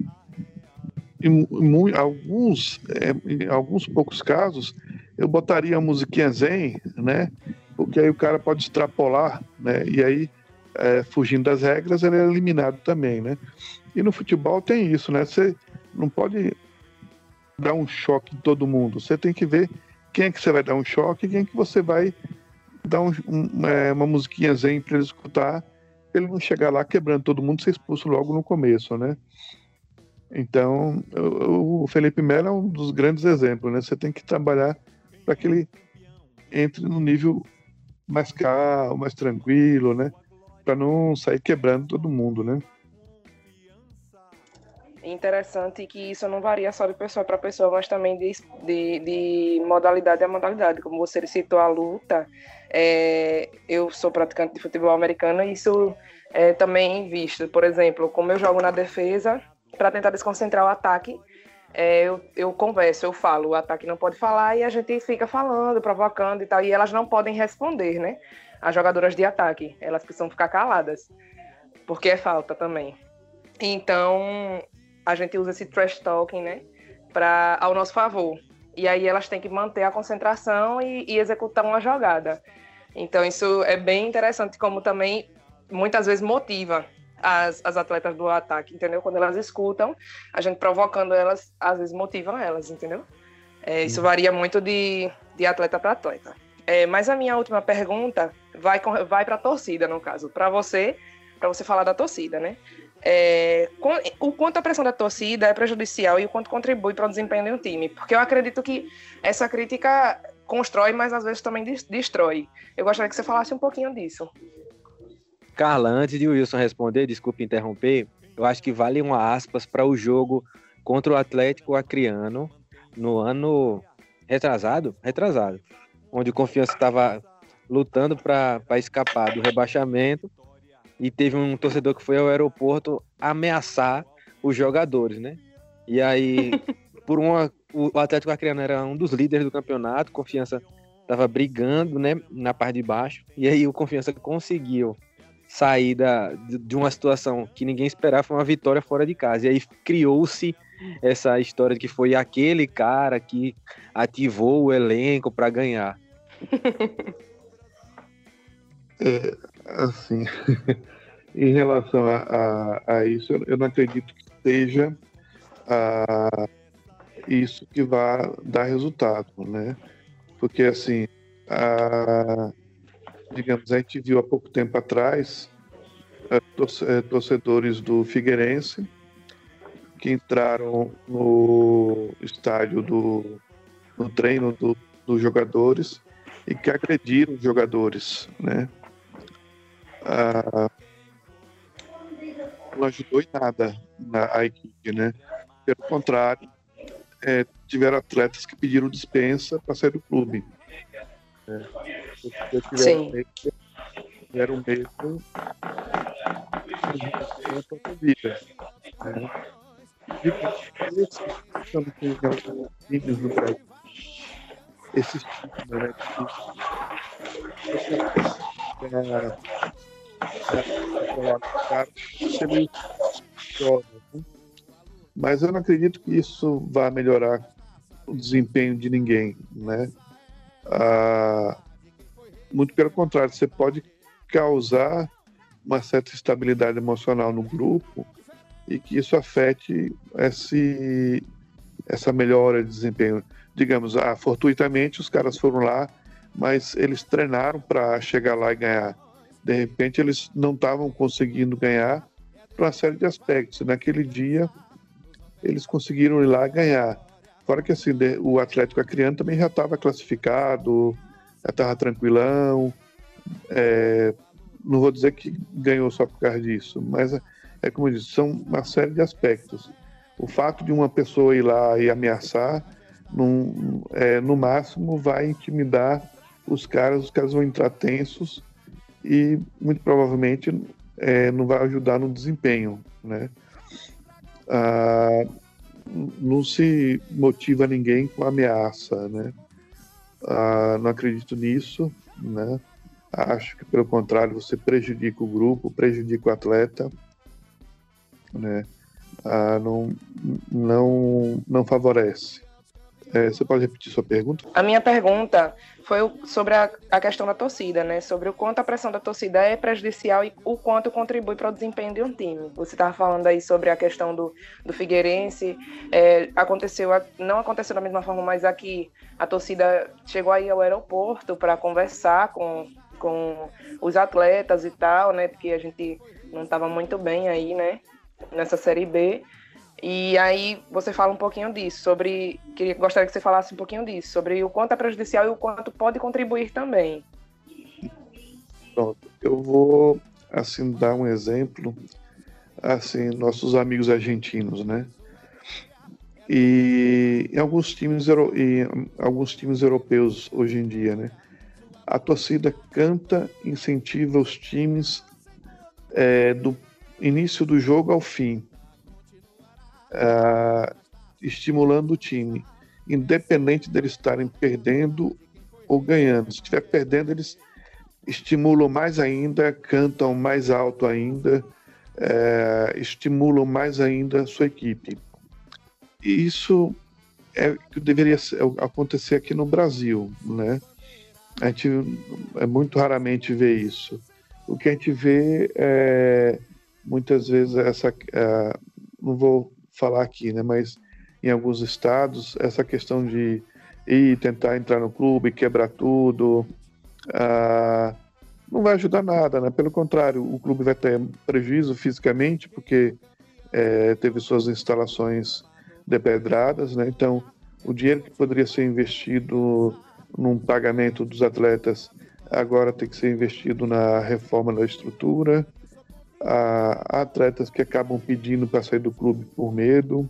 em, em, alguns, em alguns poucos casos, eu botaria a musiquinha zen, né? Porque aí o cara pode extrapolar, né? E aí, é, fugindo das regras, ele é eliminado também, né? E no futebol tem isso, né? Você não pode dar um choque em todo mundo. Você tem que ver quem é que você vai dar um choque e quem é que você vai dar um, um, é, uma musiquinha zen para ele escutar, pra ele não chegar lá quebrando todo mundo e ser expulso logo no começo, né? Então, o, o Felipe Melo é um dos grandes exemplos, né? Você tem que trabalhar para que ele entre no nível mais calmo, mais tranquilo, né? Para não sair quebrando todo mundo, né? Interessante que isso não varia só de pessoa para pessoa, mas também de, de, de modalidade a modalidade. Como você citou a luta, é, eu sou praticante de futebol americano e isso é também visto. Por exemplo, como eu jogo na defesa, para tentar desconcentrar o ataque, é, eu, eu converso, eu falo, o ataque não pode falar e a gente fica falando, provocando e tal, e elas não podem responder, né? As jogadoras de ataque, elas precisam ficar caladas, porque é falta também. Então, a gente usa esse trash talking, né, pra, ao nosso favor. E aí elas têm que manter a concentração e, e executar uma jogada. Então, isso é bem interessante, como também, muitas vezes, motiva as, as atletas do ataque, entendeu? Quando elas escutam, a gente provocando elas, às vezes motivam elas, entendeu? É, isso varia muito de, de atleta para atleta. É, mas a minha última pergunta vai, vai para a torcida, no caso, para você, para você falar da torcida, né? É, o quanto a pressão da torcida é prejudicial e o quanto contribui para o desempenho de um time, porque eu acredito que essa crítica constrói, mas às vezes também destrói. Eu gostaria que você falasse um pouquinho disso. Carla, antes de o Wilson responder, desculpe interromper, eu acho que vale uma aspas para o jogo contra o Atlético Acreano no ano retrasado, retrasado, onde o Confiança estava lutando para escapar do rebaixamento. E teve um torcedor que foi ao aeroporto ameaçar os jogadores, né? E aí, por uma, o Atlético Acreano era um dos líderes do campeonato, Confiança estava brigando, né, na parte de baixo, e aí o Confiança conseguiu sair da, de uma situação que ninguém esperava, foi uma vitória fora de casa, e aí criou-se essa história de que foi aquele cara que ativou o elenco para ganhar. É, assim, em relação a, a, a isso, eu não acredito que seja a, isso que vai dar resultado, né? Porque, assim, a, digamos, a gente viu há pouco tempo atrás torcedores do Figueirense que entraram no estádio do no treino do, dos jogadores e que agrediram os jogadores, né? Ah, não ajudou em nada na, a equipe, né? Pelo contrário, é, tiveram atletas que pediram dispensa para sair do clube. É, Sim. Tiveram medo da vida. Né? Times do Brasil, esses times, né? Mas eu não acredito que isso vá melhorar o desempenho de ninguém, né? Ah, muito pelo contrário, você pode causar uma certa estabilidade emocional no grupo e que isso afete esse, essa melhora de desempenho. Digamos, ah, fortuitamente os caras foram lá, mas eles treinaram para chegar lá e ganhar. De repente eles não estavam conseguindo ganhar por uma série de aspectos. Naquele dia eles conseguiram ir lá e ganhar. Fora que assim, o Atlético Acreano também já estava classificado, já estava tranquilão. É, não vou dizer que ganhou só por causa disso, mas é como eu disse, são uma série de aspectos. O fato de uma pessoa ir lá e ameaçar, num, é, no máximo vai intimidar os caras, os caras vão entrar tensos e muito provavelmente é, não vai ajudar no desempenho, né? Ah, não se motiva ninguém com ameaça, né? Ah, não acredito nisso, né? Acho que, pelo contrário, você prejudica o grupo, prejudica o atleta, né? Ah, não, não, não favorece. É, você pode repetir sua pergunta? A minha pergunta foi sobre a, a questão da torcida, né? Sobre o quanto a pressão da torcida é prejudicial e o quanto contribui para o desempenho de um time. Você estava falando aí sobre a questão do, do Figueirense. É, aconteceu, não aconteceu da mesma forma, mas aqui a torcida chegou aí ao aeroporto para conversar com, com os atletas e tal, né? Porque a gente não estava muito bem aí, né? Nessa Série B. E aí você fala um pouquinho disso, sobre, queria, gostaria que você falasse um pouquinho disso, sobre o quanto é prejudicial e o quanto pode contribuir também. Pronto, eu vou, assim, dar um exemplo, assim, nossos amigos argentinos, né? E em alguns times, em alguns times europeus hoje em dia, né? A torcida canta, incentiva os times é, do início do jogo ao fim. Uh, estimulando o time, independente deles estarem perdendo ou ganhando. Se estiver perdendo, eles estimulam mais ainda, cantam mais alto ainda, uh, estimulam mais ainda a sua equipe. E isso é o que deveria acontecer aqui no Brasil, né? A gente é muito raramente vê isso. O que a gente vê é muitas vezes essa, uh, não vou falar aqui, né? Mas em alguns estados, essa questão de ir tentar entrar no clube, quebrar tudo, ah, não vai ajudar nada, né? Pelo contrário, o clube vai ter prejuízo fisicamente, porque é, teve suas instalações depedradas, né? Então, o dinheiro que poderia ser investido num pagamento dos atletas, agora tem que ser investido na reforma da estrutura. Há atletas que acabam pedindo para sair do clube por medo.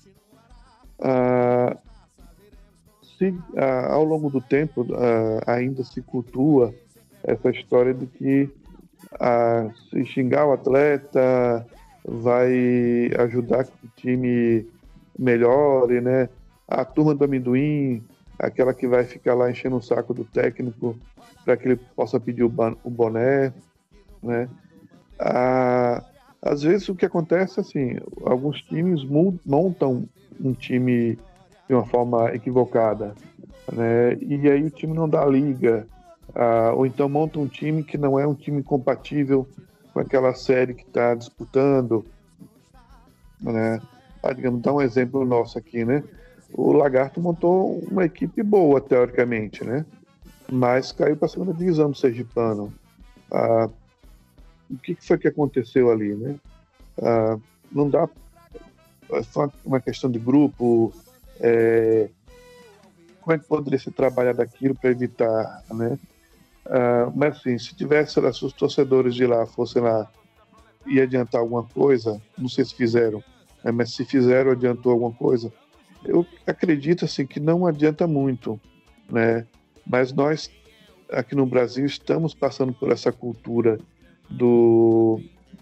Ah, se, ah, ao longo do tempo, ah, ainda se cultua essa história de que ah, se xingar o atleta, vai ajudar que o time melhore, né? A turma do amendoim, aquela que vai ficar lá enchendo o saco do técnico para que ele possa pedir o boné, né? Ah, às vezes o que acontece é assim, alguns times montam um time de uma forma equivocada, né? E aí o time não dá liga, ah, ou então monta um time que não é um time compatível com aquela série que está disputando, né? Ah, digamos, dá um exemplo nosso aqui, né? O Lagarto montou uma equipe boa, teoricamente, né? Mas caiu para a segunda divisão do Sergipano. Ah, o que foi que aconteceu ali, né? Ah, não dá... Foi uma questão de grupo, é, como é que poderia se trabalhar daquilo para evitar, né? Ah, mas assim, se tivesse lá, se os torcedores de lá fossem lá e adiantar alguma coisa, não sei se fizeram, né, mas se fizeram, adiantou alguma coisa, eu acredito assim que não adianta muito, né? Mas nós aqui no Brasil estamos passando por essa cultura do,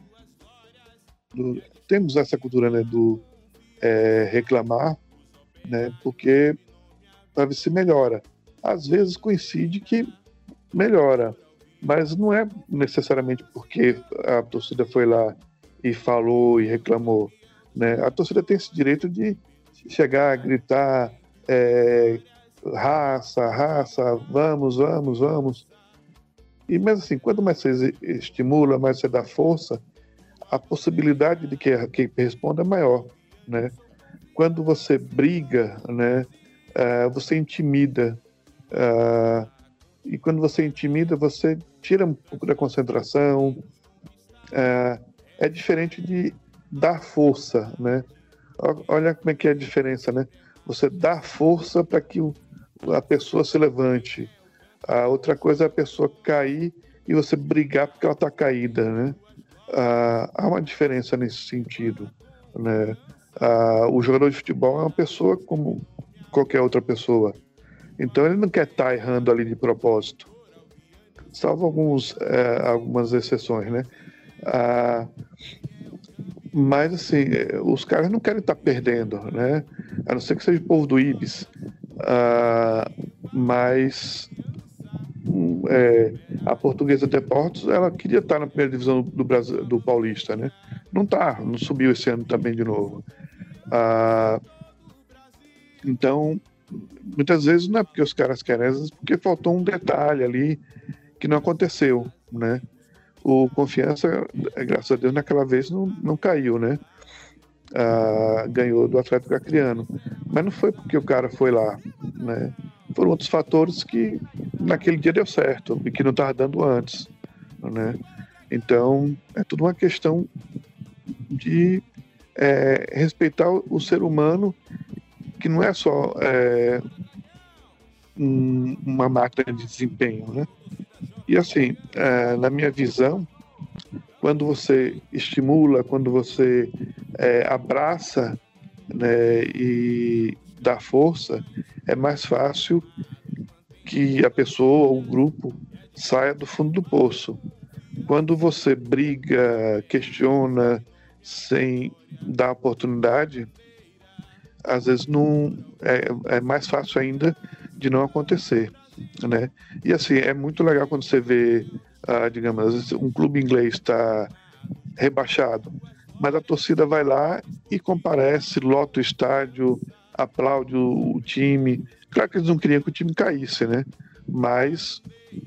do temos essa cultura, né, do é, reclamar, né? Porque para ver se melhora. Às vezes coincide que melhora, mas não é necessariamente porque a torcida foi lá e falou e reclamou, né? A torcida tem esse direito de chegar, gritar, é, raça, raça, vamos, vamos, vamos. E mesmo assim, quanto mais você estimula, mais você dá força, a possibilidade de que quem responda é maior, né? Quando você briga, né, uh, você intimida, uh, e quando você intimida, você tira um pouco da concentração. Uh, é diferente de dar força, né? Olha como é que é a diferença, né? Você dá força para que o, a pessoa se levante. A outra coisa é a pessoa cair e você brigar porque ela está caída, né? Uh, há uma diferença nesse sentido, né? Uh, o jogador de futebol é uma pessoa como qualquer outra pessoa. Então ele não quer estar errando ali de propósito, salvo alguns, é, algumas exceções, né? Ah, mas assim, os caras não querem estar perdendo, né? A não ser que seja o povo do Ibis. Ah, mas é, a Portuguesa Deportes, ela queria estar na primeira divisão do Brasil, do Paulista, né? Não tá, não subiu esse ano também de novo. Ah, então muitas vezes não é porque os caras querem, às vezes porque faltou um detalhe ali que não aconteceu, né? O Confiança, graças a Deus, naquela vez não, não caiu, né? Ah, ganhou do Atlético Acreano, mas não foi porque o cara foi lá, né? Foram outros fatores que naquele dia deu certo e que não estava dando antes, né? Então é tudo uma questão de é, respeitar o, o ser humano, que não é só é, um, uma máquina de desempenho, né? E assim, é, na minha visão, quando você estimula, quando você é, abraça, né, e dá força, é mais fácil que a pessoa ou o grupo saia do fundo do poço. Quando você briga, questiona, sem dar oportunidade, às vezes não é, é mais fácil ainda de não acontecer, né? E assim, é muito legal quando você vê, ah, digamos, às vezes um clube inglês está rebaixado, mas a torcida vai lá e comparece, lota o estádio, aplaude o, o time. Claro que eles não queriam que o time caísse, né? Mas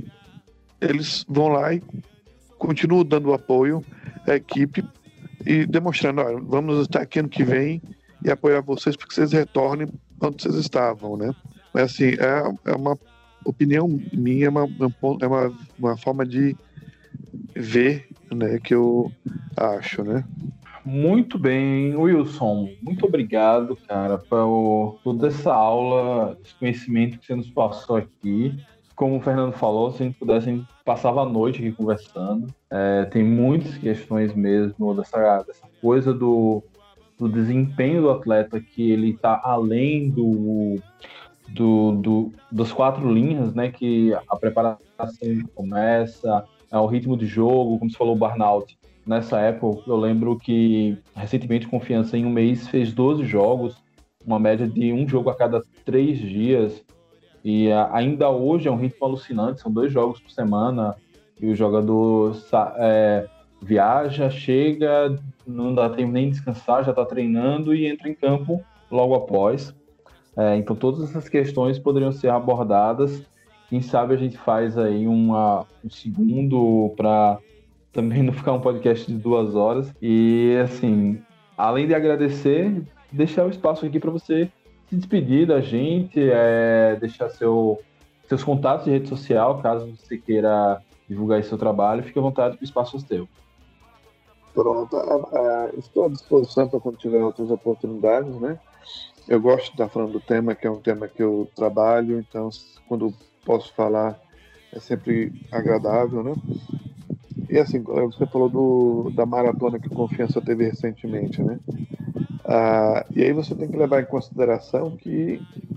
eles vão lá e continuam dando apoio à equipe e demonstrando, ó, vamos estar aqui ano que vem e apoiar vocês porque vocês retornem onde vocês estavam, né? Mas assim, é, é uma opinião minha, é uma, é uma, uma forma de ver, né, que eu acho, né? Muito bem, Wilson, muito obrigado, cara, por toda essa aula, esse conhecimento que você nos passou aqui. Como o Fernando falou, se a gente pudesse, a gente passava a noite aqui conversando. É, tem muitas questões mesmo dessa, dessa coisa do, do desempenho do atleta, que ele está além do, do, do, das quatro linhas, né, que a preparação começa, é o ritmo de jogo, como você falou, o burnout. nessa época, eu lembro que recentemente Confiança em um mês fez doze jogos, uma média de um jogo a cada três dias, e a, ainda hoje é um ritmo alucinante, são dois jogos por semana, e o jogador é, viaja, chega, não dá tempo nem de descansar, já está treinando e entra em campo logo após. É, então todas essas questões poderiam ser abordadas. Quem sabe a gente faz aí uma, um segundo para também não ficar um podcast de duas horas. E assim, além de agradecer, deixar o espaço aqui para você se despedir da gente, é, deixar seu, seus contatos de rede social, caso você queira divulgar esse seu trabalho, fique à vontade, que o espaço é seu. Pronto, estou à disposição para quando tiver outras oportunidades, né? Eu gosto de estar falando do tema, que é um tema que eu trabalho, então quando posso falar é sempre agradável, né? E assim, você falou do, da maratona que Confiança teve recentemente, né? Ah, e aí você tem que levar em consideração que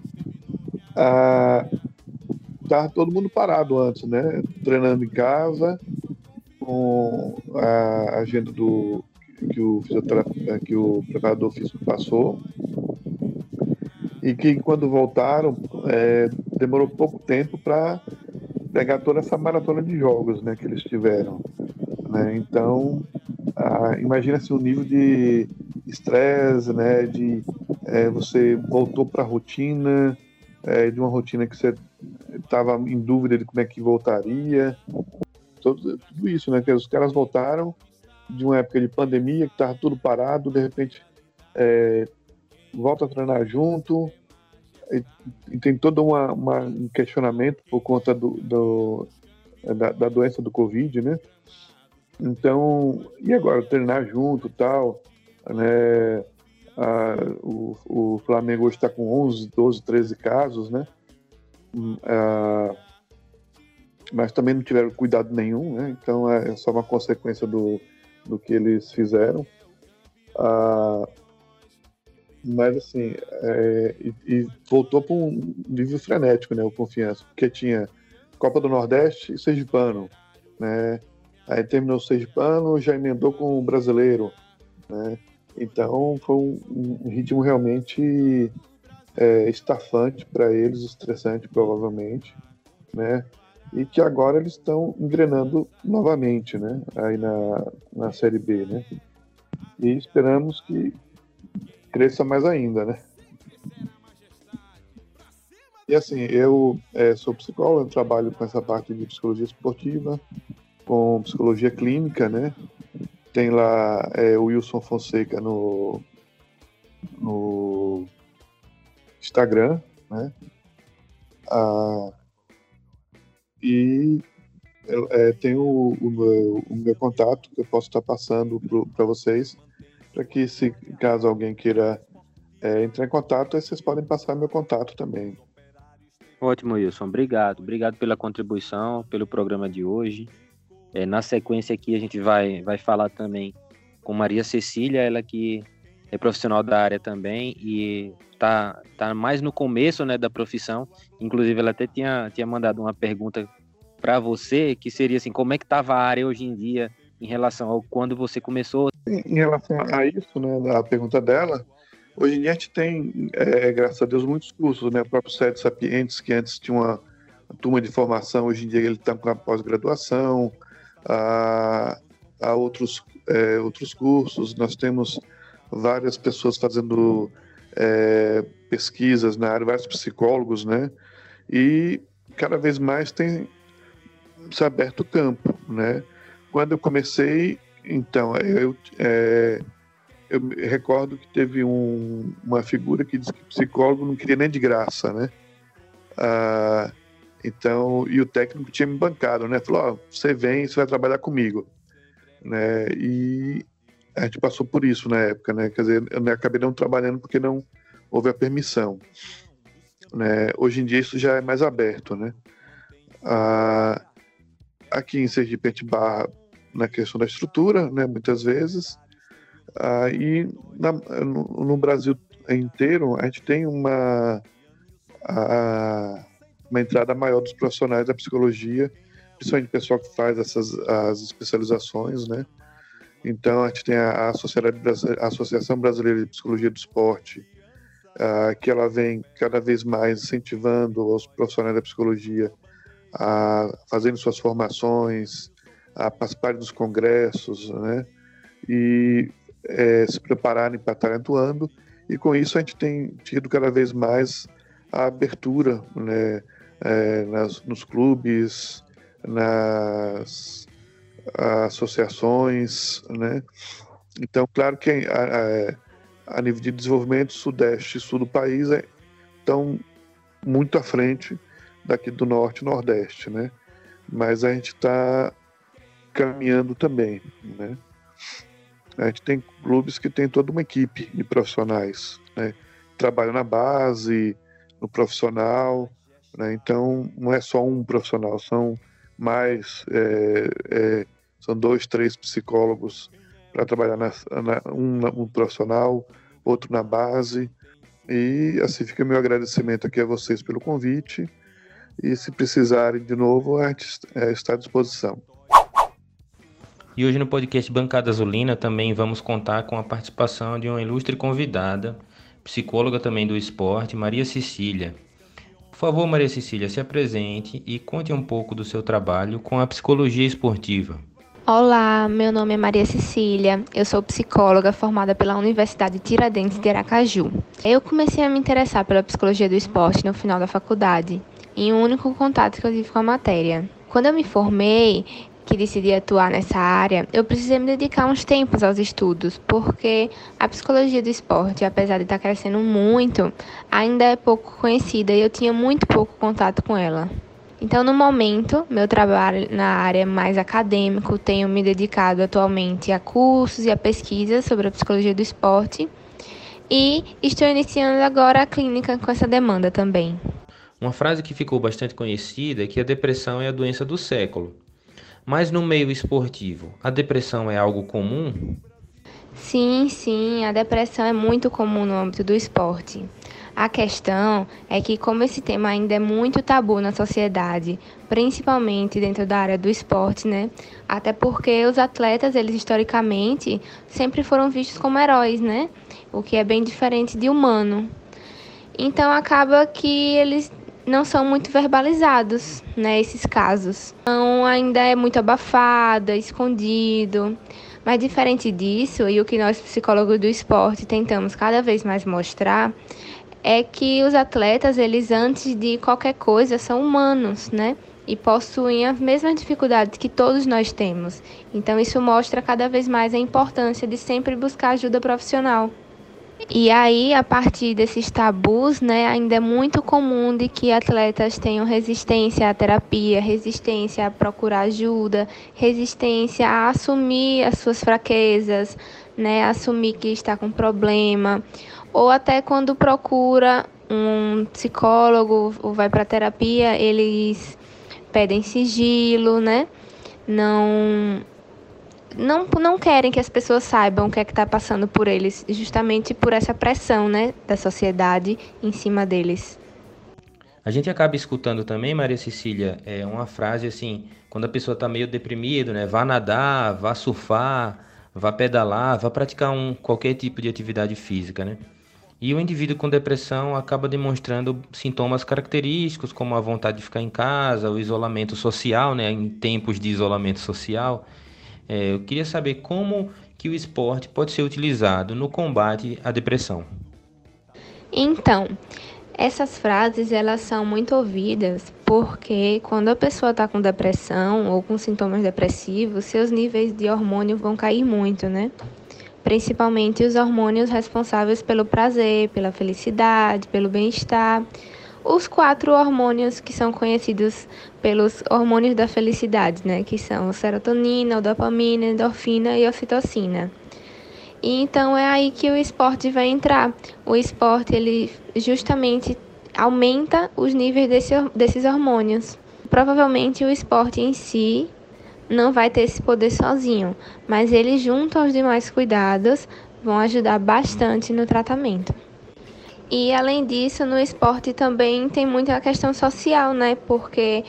ah, tá todo mundo parado antes, né? Treinando em casa, com a agenda do que o fisioterapeuta, que o preparador físico passou, e que quando voltaram é, demorou pouco tempo para pegar toda essa maratona de jogos, né, que eles tiveram, né? Então ah, imagina-se o nível de estresse, né, de é, você voltou para a rotina, é, de uma rotina que você estava em dúvida de como é que voltaria, tudo, tudo isso, né, que os caras voltaram de uma época de pandemia que estava tudo parado, de repente é, volta a treinar junto, e, e tem todo uma, uma, um questionamento por conta do, do, da, da doença do Covid, né? Então, e agora, treinar junto e tal, né? Ah, o, o Flamengo hoje está com onze, doze, treze casos, né? Ah, mas também não tiveram cuidado nenhum, né? Então é só uma consequência do, do que eles fizeram. Ah, mas assim, é, e, e voltou para um nível frenético, né, o Confiança, porque tinha Copa do Nordeste e Sergipano, né, aí terminou o Sergipano, já emendou com o Brasileiro, né, então foi um, um ritmo realmente é, estafante para eles, estressante provavelmente, né, e que agora eles estão engrenando novamente, né, aí na, na Série B, né, e esperamos que cresça mais ainda, né? E assim, eu é, sou psicólogo, eu trabalho com essa parte de psicologia esportiva, com psicologia clínica, né? Tem lá é, o Wilson Fonseca no, no Instagram, né? Ah, e é, tem o, o, meu, o meu contato que eu posso estar passando para vocês, para que, se caso alguém queira é, entrar em contato, aí vocês podem passar meu contato também. Ótimo, Wilson. Obrigado. Obrigado pela contribuição, pelo programa de hoje. É, na sequência aqui, a gente vai, vai falar também com Maria Cecília, ela que é profissional da área também e tá, tá mais no começo, né, da profissão. Inclusive, ela até tinha, tinha mandado uma pergunta para você, que seria assim, como é que estava a área hoje em dia em relação ao quando você começou? Em relação a isso, né, a pergunta dela, hoje em dia a gente tem, é, graças a Deus, muitos cursos, né? O próprio Sede Sapientes, que antes tinha uma, uma turma de formação, hoje em dia ele está com a pós-graduação, há, há outros, é, outros cursos, nós temos várias pessoas fazendo é, pesquisas na área, vários psicólogos, né? E cada vez mais tem se aberto o campo, né? Quando eu comecei, então, eu, é, eu me recordo que teve um, uma figura que disse que psicólogo não queria nem de graça, né? Ah, então, e o técnico tinha me bancado, né? Falou, ó, você vem, você vai trabalhar comigo, né? E a gente passou por isso na época, né? Quer dizer, eu acabei não trabalhando porque não houve a permissão, né? Hoje em dia isso já é mais aberto, né? Ah, aqui em Sergipe a gente barra na questão da estrutura, né, muitas vezes, ah, e na, no, no Brasil inteiro a gente tem uma, a, uma entrada maior dos profissionais da psicologia, principalmente o pessoal que faz essas as especializações, né, Então, a gente tem a, a, Sociedade, a Associação Brasileira de Psicologia do Esporte, uh, que ela vem cada vez mais incentivando os profissionais da psicologia a fazerem suas formações, a participarem dos congressos, né? E é, se prepararem para estar atuando. E com isso a gente tem tido cada vez mais a abertura, né? É, nas, nos clubes, nas associações, né? Então, claro que a, a, a nível de desenvolvimento, sudeste e sul do país é, estão muito à frente daqui do norte e nordeste, né? Mas a gente está caminhando também, né? A gente tem clubes que tem toda uma equipe de profissionais, né? Trabalham na base, no profissional, né? Então não é só um profissional, são mais, é, é, são dois, três psicólogos para trabalhar na, na, um, um profissional, outro na base. E assim fica meu agradecimento aqui a vocês pelo convite. E se precisarem de novo, a gente está à disposição. E hoje no podcast Bancada Azulina também vamos contar com a participação de uma ilustre convidada, psicóloga também do esporte, Maria Cecília. Por favor, Maria Cecília, se apresente e conte um pouco do seu trabalho com a psicologia esportiva. Olá, meu nome é Maria Cecília, eu sou psicóloga formada pela Universidade Tiradentes de Aracaju. Eu comecei a me interessar pela psicologia do esporte no final da faculdade, em um único contato que eu tive com a matéria. Quando eu me formei, que decidi atuar nessa área, eu precisei me dedicar uns tempos aos estudos, porque a psicologia do esporte, apesar de estar crescendo muito, ainda é pouco conhecida e eu tinha muito pouco contato com ela. Então, no momento, meu trabalho na área mais acadêmico, tenho me dedicado atualmente a cursos e a pesquisas sobre a psicologia do esporte e estou iniciando agora a clínica com essa demanda também. Uma frase que ficou bastante conhecida é que a depressão é a doença do século. Mas no meio esportivo, a depressão é algo comum? Sim, sim, a depressão é muito comum no âmbito do esporte. A questão é que, como esse tema ainda é muito tabu na sociedade, principalmente dentro da área do esporte, né? Até porque os atletas, eles historicamente, sempre foram vistos como heróis, né? O que é bem diferente de humano. Então, acaba que eles não são muito verbalizados, né, esses casos. Então, ainda é muito abafado, escondido. Mas diferente disso, e o que nós psicólogos do esporte tentamos cada vez mais mostrar, é que os atletas, eles antes de qualquer coisa, são humanos, né? E possuem as mesmas dificuldades que todos nós temos. Então, isso mostra cada vez mais a importância de sempre buscar ajuda profissional. E aí, a partir desses tabus, né, ainda é muito comum de que atletas tenham resistência à terapia, resistência a procurar ajuda, resistência a assumir as suas fraquezas, né, assumir que está com problema, ou até quando procura um psicólogo ou vai para terapia, eles pedem sigilo, né, não... Não, não querem que as pessoas saibam o que é que está passando por eles, justamente por essa pressão, né, da sociedade em cima deles. A gente acaba escutando também, Maria Cecília, é uma frase assim, quando a pessoa está meio deprimida, né, vá nadar, vá surfar, vá pedalar, vá praticar um, qualquer tipo de atividade física, né? E o indivíduo com depressão acaba demonstrando sintomas característicos, como a vontade de ficar em casa, o isolamento social, né, em tempos de isolamento social. É, eu queria saber como que o esporte pode ser utilizado no combate à depressão. Então, essas frases elas são muito ouvidas porque quando a pessoa está com depressão ou com sintomas depressivos, seus níveis de hormônio vão cair muito, né? Principalmente os hormônios responsáveis pelo prazer, pela felicidade, pelo bem-estar. Os quatro hormônios que são conhecidos pelos hormônios da felicidade, né? Que são a serotonina, a dopamina, a endorfina e a ocitocina. E então é aí que o esporte vai entrar. O esporte, ele justamente aumenta os níveis desse, desses hormônios. Provavelmente o esporte em si não vai ter esse poder sozinho, mas ele, junto aos demais cuidados, vão ajudar bastante no tratamento. E, além disso, no esporte também tem muita questão social, né? Porque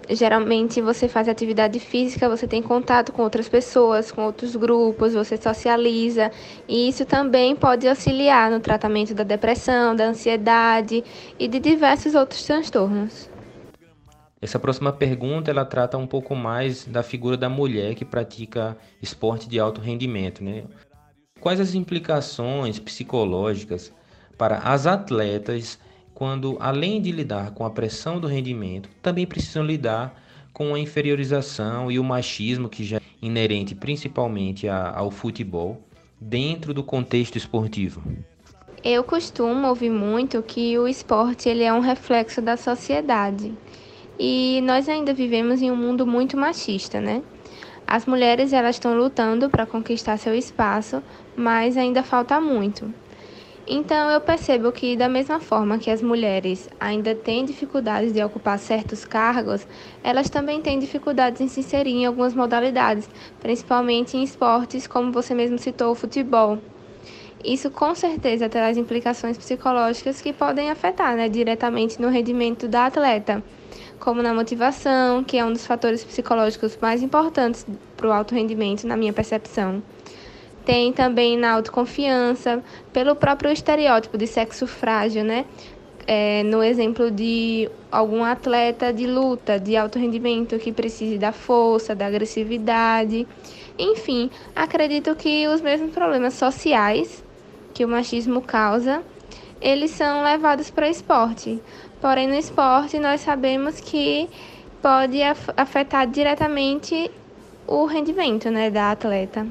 Geralmente você faz atividade física, você tem contato com outras pessoas, com outros grupos, você socializa, e isso também pode auxiliar no tratamento da depressão, da ansiedade e de diversos outros transtornos. Essa próxima pergunta, ela trata um pouco mais da figura da mulher que pratica esporte de alto rendimento, né? Quais as implicações psicológicas para as atletas quando, além de lidar com a pressão do rendimento, também precisam lidar com a inferiorização e o machismo que já é inerente principalmente a, ao futebol dentro do contexto esportivo? Eu costumo ouvir muito que o esporte ele é um reflexo da sociedade. E nós ainda vivemos em um mundo muito machista, né? As mulheres elas estão lutando para conquistar seu espaço, mas ainda falta muito. Então eu percebo que da mesma forma que as mulheres ainda têm dificuldades de ocupar certos cargos, elas também têm dificuldades em se inserir em algumas modalidades, principalmente em esportes como você mesmo citou, o futebol. Isso com certeza traz implicações psicológicas que podem afetar, né, diretamente no rendimento da atleta, como na motivação, que é um dos fatores psicológicos mais importantes para o alto rendimento, na minha percepção. Tem também na autoconfiança, pelo próprio estereótipo de sexo frágil, né? É, no exemplo de algum atleta de luta, de alto rendimento, que precise da força, da agressividade. Enfim, acredito que os mesmos problemas sociais que o machismo causa, eles são levados para o esporte. Porém, no esporte, nós sabemos que pode afetar diretamente o rendimento, né, da atleta.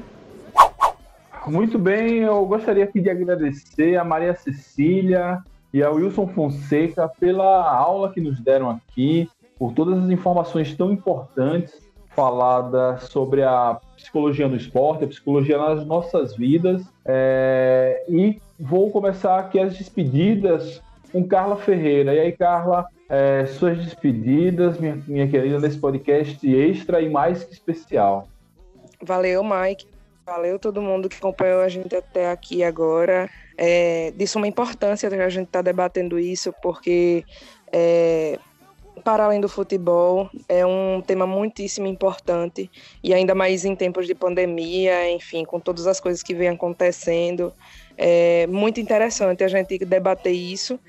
Muito bem, eu gostaria aqui de agradecer a Maria Cecília e ao Wilson Fonseca pela aula que nos deram aqui, por todas as informações tão importantes faladas sobre a psicologia no esporte, a psicologia nas nossas vidas. É... E vou começar aqui as despedidas com Carla Ferreira. E aí, Carla, é, suas despedidas, minha, minha querida, nesse podcast extra e mais que especial. Valeu, Mike. Valeu todo mundo que acompanhou a gente até aqui agora. É de suma importância que a gente está debatendo isso, porque, é, para além do futebol, é um tema muitíssimo importante, e ainda mais em tempos de pandemia, enfim, com todas as coisas que vêm acontecendo. É muito interessante a gente debater isso,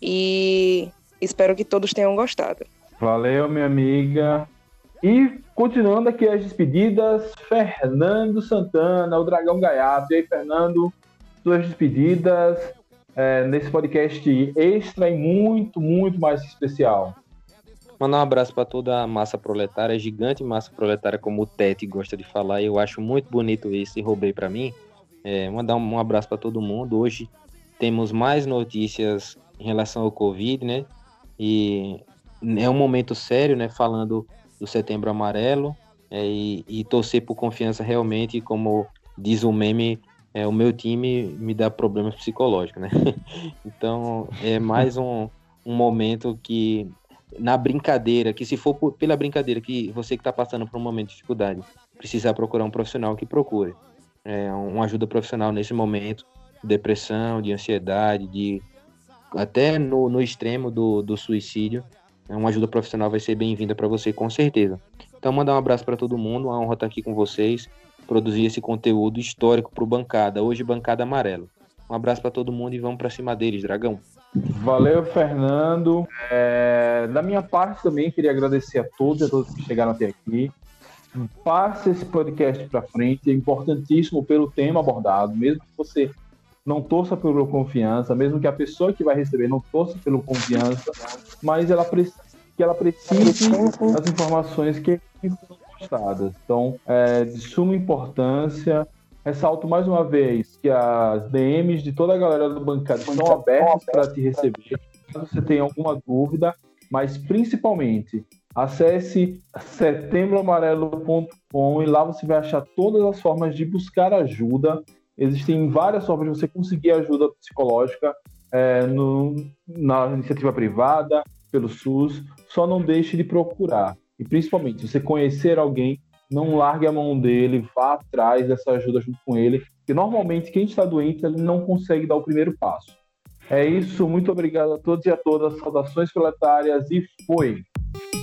e espero que todos tenham gostado. Valeu, minha amiga. E continuando aqui as despedidas, Fernando Santana, o Dragão Gaiato. E aí, Fernando, suas despedidas é, nesse podcast extra e muito, muito mais especial. Mandar um abraço para toda a massa proletária, gigante massa proletária, como o Tete gosta de falar. Eu acho muito bonito isso e roubei para mim. É, mandar um, um abraço para todo mundo. Hoje temos mais notícias em relação ao Covid, né? E é um momento sério, né? Falando do Setembro Amarelo, é, e, e torcer por confiança realmente, como diz o meme, é, o meu time me dá problemas psicológicos, né? Então é mais um, um momento que, na brincadeira, que se for por, pela brincadeira, que você que está passando por um momento de dificuldade, precisar procurar um profissional, que procure é, uma ajuda profissional nesse momento, de depressão, de ansiedade, de até no, no extremo do, do suicídio. Uma ajuda profissional vai ser bem-vinda para você, com certeza. Então, mandar um abraço para todo mundo, uma honra estar aqui com vocês, produzir esse conteúdo histórico para o Bancada, hoje Bancada Amarela. Um abraço para todo mundo e vamos para cima deles, Dragão. Valeu, Fernando. É, da minha parte também, queria agradecer a todos e a todos que chegaram até aqui. Passe esse podcast para frente, é importantíssimo pelo tema abordado, mesmo que você não torça pelo confiança, mesmo que a pessoa que vai receber não torça pelo confiança, mas ela precisa, que ela precise das informações que são postadas. Então, é de suma importância. Ressalto mais uma vez que as D Ms de toda a galera do Bancada estão abertas para te receber, caso você tenha alguma dúvida, mas principalmente acesse setembro amarelo ponto com e lá você vai achar todas as formas de buscar ajuda. Existem várias formas de você conseguir ajuda psicológica é, no, na iniciativa privada, pelo SUS. Só não deixe de procurar. E principalmente, se você conhecer alguém, não largue a mão dele, vá atrás dessa ajuda junto com ele. Porque normalmente quem está doente ele não consegue dar o primeiro passo. É isso, muito obrigado a todos e a todas. Saudações proletárias e foi!